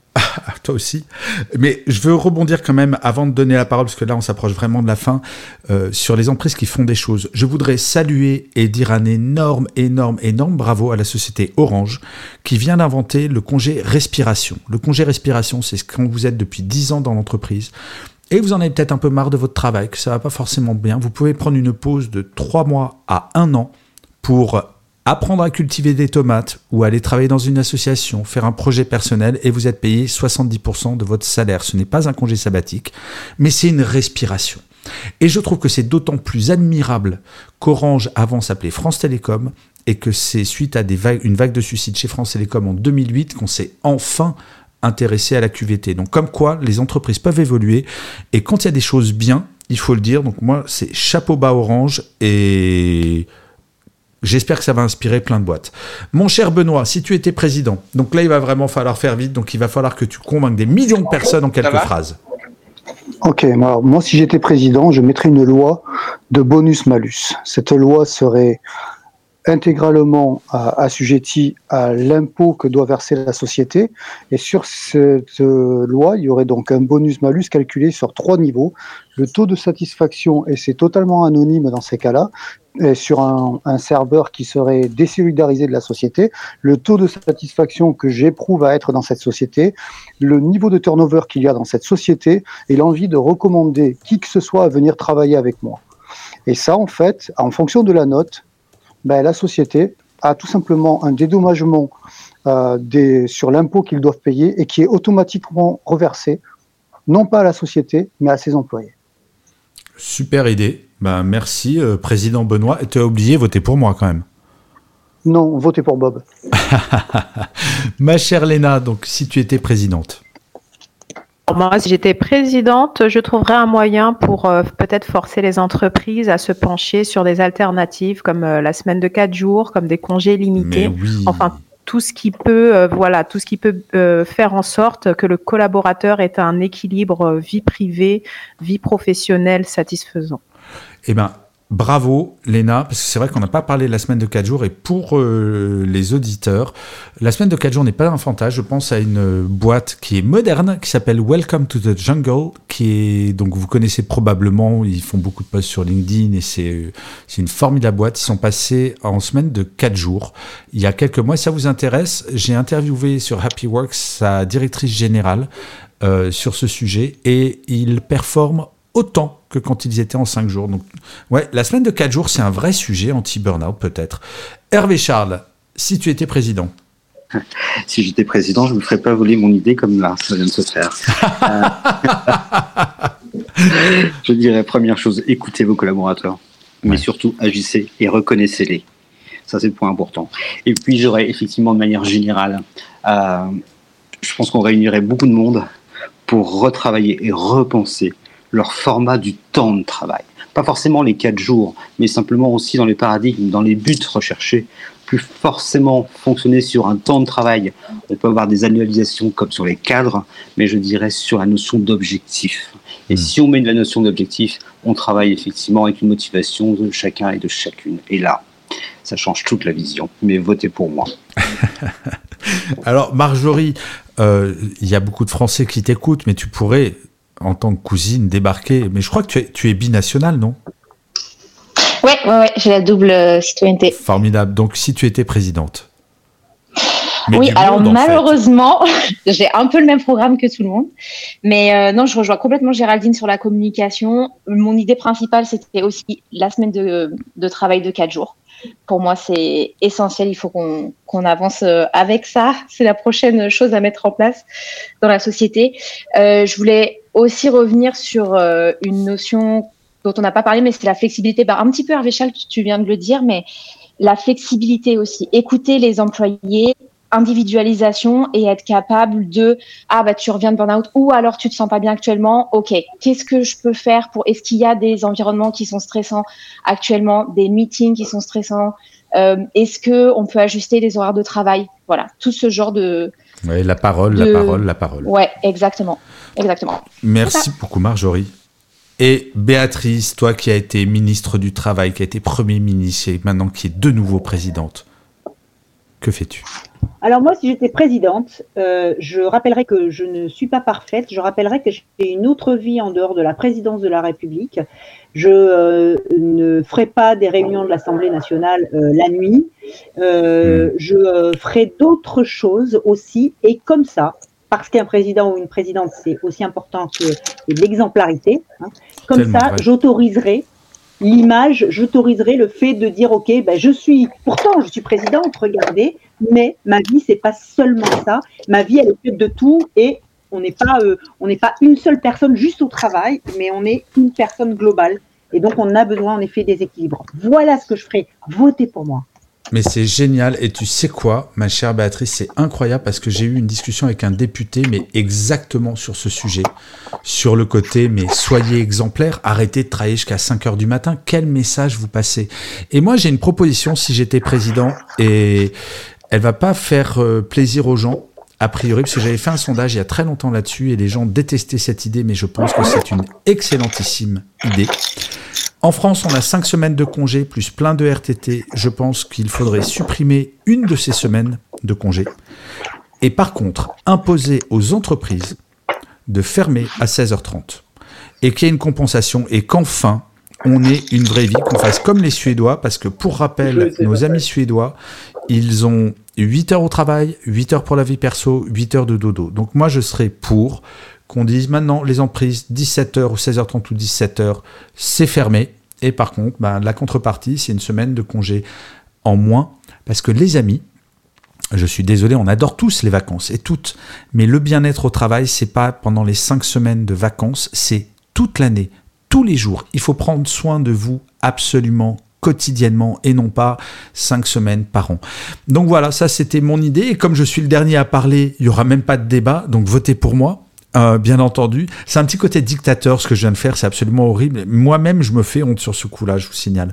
Toi aussi. Mais je veux rebondir quand même avant de donner la parole, parce que là, on s'approche vraiment de la fin, euh, sur les entreprises qui font des choses. Je voudrais saluer et dire un énorme, énorme, énorme bravo à la société Orange, qui vient d'inventer le congé respiration. Le congé respiration, c'est quand vous êtes depuis dix ans dans l'entreprise, et vous en avez peut-être un peu marre de votre travail, que ça va pas forcément bien. Vous pouvez prendre une pause de trois mois à un an pour apprendre à cultiver des tomates ou aller travailler dans une association, faire un projet personnel et vous êtes payé soixante-dix pour cent de votre salaire. Ce n'est pas un congé sabbatique, mais c'est une respiration. Et je trouve que c'est d'autant plus admirable qu'Orange avant s'appelait France Télécom et que c'est suite à des vagues, une vague de suicides chez France Télécom en deux mille huit qu'on s'est enfin intéressé à la Q V T. Donc comme quoi les entreprises peuvent évoluer et quand il y a des choses bien, il faut le dire. Donc moi c'est chapeau bas Orange et j'espère que ça va inspirer plein de boîtes. Mon cher Benoît, si tu étais président, donc là il va vraiment falloir faire vite, donc il va falloir que tu convainques des millions de personnes en quelques phrases. Ok, alors moi si j'étais président, je mettrais une loi de bonus-malus. Cette loi serait intégralement euh, assujettie à l'impôt que doit verser la société. Et sur cette euh, loi, il y aurait donc un bonus-malus calculé sur trois niveaux. Le taux de satisfaction, et c'est totalement anonyme dans ces cas-là, est sur un, un serveur qui serait désolidarisé de la société, le taux de satisfaction que j'éprouve à être dans cette société, le niveau de turnover qu'il y a dans cette société et l'envie de recommander qui que ce soit à venir travailler avec moi. Et ça, en fait, en fonction de la note, ben, la société a tout simplement un dédommagement euh, des, sur l'impôt qu'ils doivent payer et qui est automatiquement reversé, non pas à la société, mais à ses employés. Super idée. Ben, merci, euh, Président Benoît. Et tu as oublié, voter pour moi quand même. Non, votez pour Bob. Ma chère Léna, donc si tu étais présidente. Moi, si j'étais présidente, je trouverais un moyen pour euh, peut-être forcer les entreprises à se pencher sur des alternatives comme euh, la semaine de quatre jours, comme des congés limités. Mais oui. Enfin, tout ce qui peut, euh, voilà, tout ce qui peut euh, faire en sorte que le collaborateur ait un équilibre euh, vie privée, vie professionnelle satisfaisant. Eh bien, bravo Léna, parce que c'est vrai qu'on n'a pas parlé de la semaine de quatre jours et pour euh, les auditeurs, la semaine de quatre jours n'est pas un fantasme. Je pense à une boîte qui est moderne, qui s'appelle Welcome to the Jungle, qui est, donc vous connaissez probablement, ils font beaucoup de posts sur LinkedIn et c'est, c'est une formidable boîte. Ils sont passés en semaine de quatre jours il y a quelques mois. Si ça vous intéresse, j'ai interviewé sur Happy Work sa directrice générale euh, sur ce sujet et ils performent autant que quand ils étaient en cinq jours. Donc, ouais, la semaine de quatre jours, c'est un vrai sujet anti-burnout, peut-être. Hervé Charles, si tu étais président. Si j'étais président, je ne me ferais pas voler mon idée comme là, ça vient de se faire. euh... Je dirais, première chose, écoutez vos collaborateurs, mais ouais. surtout agissez et reconnaissez-les. Ça, c'est le point important. Et puis, j'aurais effectivement, de manière générale, euh, je pense qu'on réunirait beaucoup de monde pour retravailler et repenser leur format du temps de travail. Pas forcément les quatre jours, mais simplement aussi dans les paradigmes, dans les buts recherchés. Plus forcément fonctionner sur un temps de travail. On peut avoir des annualisations comme sur les cadres, mais je dirais sur la notion d'objectif. Et mmh. si on met la notion d'objectif, on travaille effectivement avec une motivation de chacun et de chacune. Et là, ça change toute la vision. Mais votez pour moi. Alors Marjorie, il euh, y a beaucoup de Français qui t'écoutent, mais tu pourrais, en tant que cousine, débarquer. Mais je crois que tu es, tu es binationale, non ? Oui, ouais, ouais, j'ai la double citoyenneté. Formidable. Donc, si tu étais présidente. Mais oui, alors monde, malheureusement, j'ai un peu le même programme que tout le monde. Mais euh, non, je rejoins complètement Géraldine sur la communication. Mon idée principale, c'était aussi la semaine de, de travail de quatre jours. Pour moi, c'est essentiel. Il faut qu'on, qu'on avance avec ça. C'est la prochaine chose à mettre en place dans la société. Euh, je voulais aussi revenir sur euh, une notion dont on n'a pas parlé, mais c'est la flexibilité. Bah, un petit peu, Hervé Charles, tu viens de le dire, mais la flexibilité aussi. Écouter les employés, individualisation et être capable de « Ah, bah, tu reviens de burn-out » ou alors tu te sens pas bien actuellement. OK, qu'est-ce que je peux faire pour… Est-ce qu'il y a des environnements qui sont stressants actuellement, des meetings qui sont stressants euh, Est-ce qu'on peut ajuster les horaires de travail ? Voilà, tout ce genre de… Oui, la parole, de... la parole, la parole. Ouais, exactement. exactement. Merci beaucoup, Marjorie. Et Béatrice, toi qui as été ministre du Travail, qui a été Premier ministre et maintenant qui est de nouveau présidente, que fais-tu ? Alors moi, si j'étais présidente, euh, je rappellerais que je ne suis pas parfaite. Je rappellerais que j'ai une autre vie en dehors de la présidence de la République. Je euh, ne ferai pas des réunions de l'Assemblée nationale euh, la nuit. Euh, je euh, ferai d'autres choses aussi. Et comme ça, parce qu'un président ou une présidente, c'est aussi important que, que l'exemplarité. Hein, comme Tellement ça, vrai. j'autoriserai l'image, j'autoriserai le fait de dire, ok, ben je suis, pourtant je suis présidente, regardez, mais ma vie c'est pas seulement ça. Ma vie elle est faite de tout et on n'est pas, euh, on n'est pas une seule personne juste au travail, mais on est une personne globale. Et donc on a besoin en effet des équilibres. Voilà ce que je ferai. Votez pour moi. Mais c'est génial. Et tu sais quoi, ma chère Béatrice, c'est incroyable parce que j'ai eu une discussion avec un député, mais exactement sur ce sujet. Sur le côté, mais soyez exemplaires, arrêtez de travailler jusqu'à cinq heures du matin. Quel message vous passez? Et moi, j'ai une proposition si j'étais président et elle va pas faire euh, plaisir aux gens. A priori, parce que j'avais fait un sondage il y a très longtemps là-dessus et les gens détestaient cette idée, mais je pense que c'est une excellentissime idée. En France, on a cinq semaines de congé plus plein de R T T. Je pense qu'il faudrait supprimer une de ces semaines de congé. Et par contre, imposer aux entreprises de fermer à seize heures trente. Et qu'il y ait une compensation et qu'enfin, on ait une vraie vie, qu'on fasse comme les Suédois, parce que pour rappel, nos amis suédois, ils ont huit heures au travail, huit heures pour la vie perso, huit heures de dodo. Donc moi, je serais pour qu'on dise maintenant, les emprises, dix-sept heures ou seize heures trente ou dix-sept heures, c'est fermé. Et par contre, ben, la contrepartie, c'est une semaine de congé en moins. Parce que les amis, je suis désolé, on adore tous les vacances et toutes. Mais le bien-être au travail, c'est pas pendant les cinq semaines de vacances, c'est toute l'année, tous les jours. Il faut prendre soin de vous absolument quotidiennement et non pas cinq semaines par an. Donc voilà, ça c'était mon idée. Et comme je suis le dernier à parler, il n'y aura même pas de débat. Donc votez pour moi. Euh, bien entendu, c'est un petit côté dictateur ce que je viens de faire, c'est absolument horrible. Moi-même, je me fais honte sur ce coup-là, je vous signale.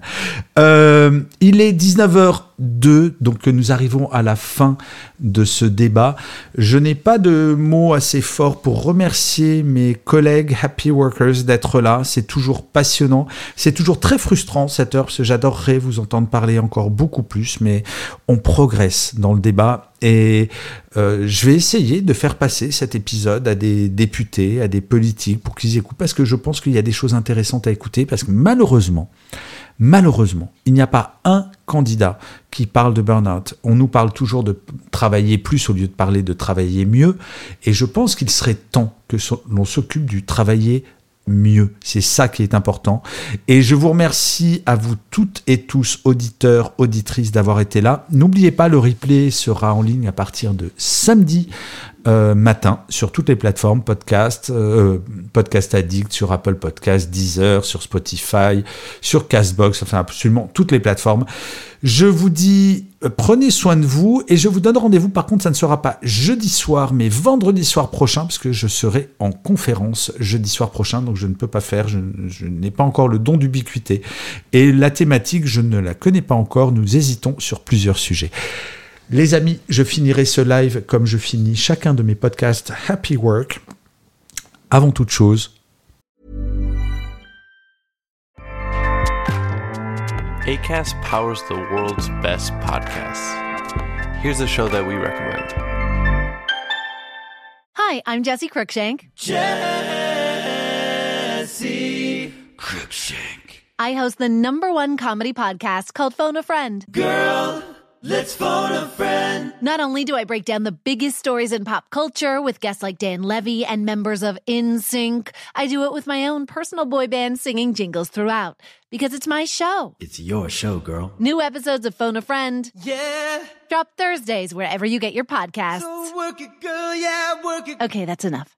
Euh, il est dix-neuf heures deux, donc nous arrivons à la fin de ce débat. Je n'ai pas de mots assez forts pour remercier mes collègues Happy Workers d'être là. C'est toujours passionnant, c'est toujours très frustrant cette heure, parce que j'adorerais vous entendre parler encore beaucoup plus, mais on progresse dans le débat. Et euh, je vais essayer de faire passer cet épisode à des députés, à des politiques pour qu'ils écoutent, parce que je pense qu'il y a des choses intéressantes à écouter, parce que malheureusement, malheureusement, il n'y a pas un candidat qui parle de burn-out. On nous parle toujours de travailler plus au lieu de parler de travailler mieux, et je pense qu'il serait temps que l'on s'occupe du travailler mieux. C'est ça qui est important. Et je vous remercie à vous toutes et tous, auditeurs, auditrices, d'avoir été là. N'oubliez pas, le replay sera en ligne à partir de samedi euh, matin sur toutes les plateformes, podcast, euh, Podcast Addict, sur Apple Podcast, Deezer, sur Spotify, sur Castbox, enfin absolument toutes les plateformes. Je vous dis, euh, prenez soin de vous et je vous donne rendez-vous. Par contre, ça ne sera pas jeudi soir, mais vendredi soir prochain, parce que je serai en conférence jeudi soir prochain, donc je ne peux pas faire, je, je n'ai pas encore le don d'ubiquité. Et la thématique, je ne la connais pas encore, nous hésitons sur plusieurs sujets. Les amis, je finirai ce live comme je finis chacun de mes podcasts Happy Work. Avant toute chose, Acast powers the world's best podcasts. Here's a show that we recommend. Hi, I'm Jesse Cruikshank. Jesse Cruikshank. I host the number one comedy podcast called Phone a Friend. Girl, let's phone a friend. Not only do I break down the biggest stories in pop culture with guests like Dan Levy and members of N Sync, I do it with my own personal boy band singing jingles throughout. Because it's my show. It's your show, girl. New episodes of Phone a Friend. Yeah. Drop Thursdays wherever you get your podcasts. So work it, girl, yeah, work it. Okay, that's enough.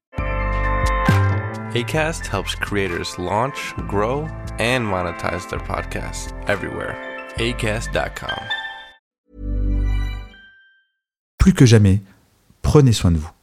Acast helps creators launch, grow, and monetize their podcasts everywhere. Acast dot com. plus que jamais, prenez soin de vous.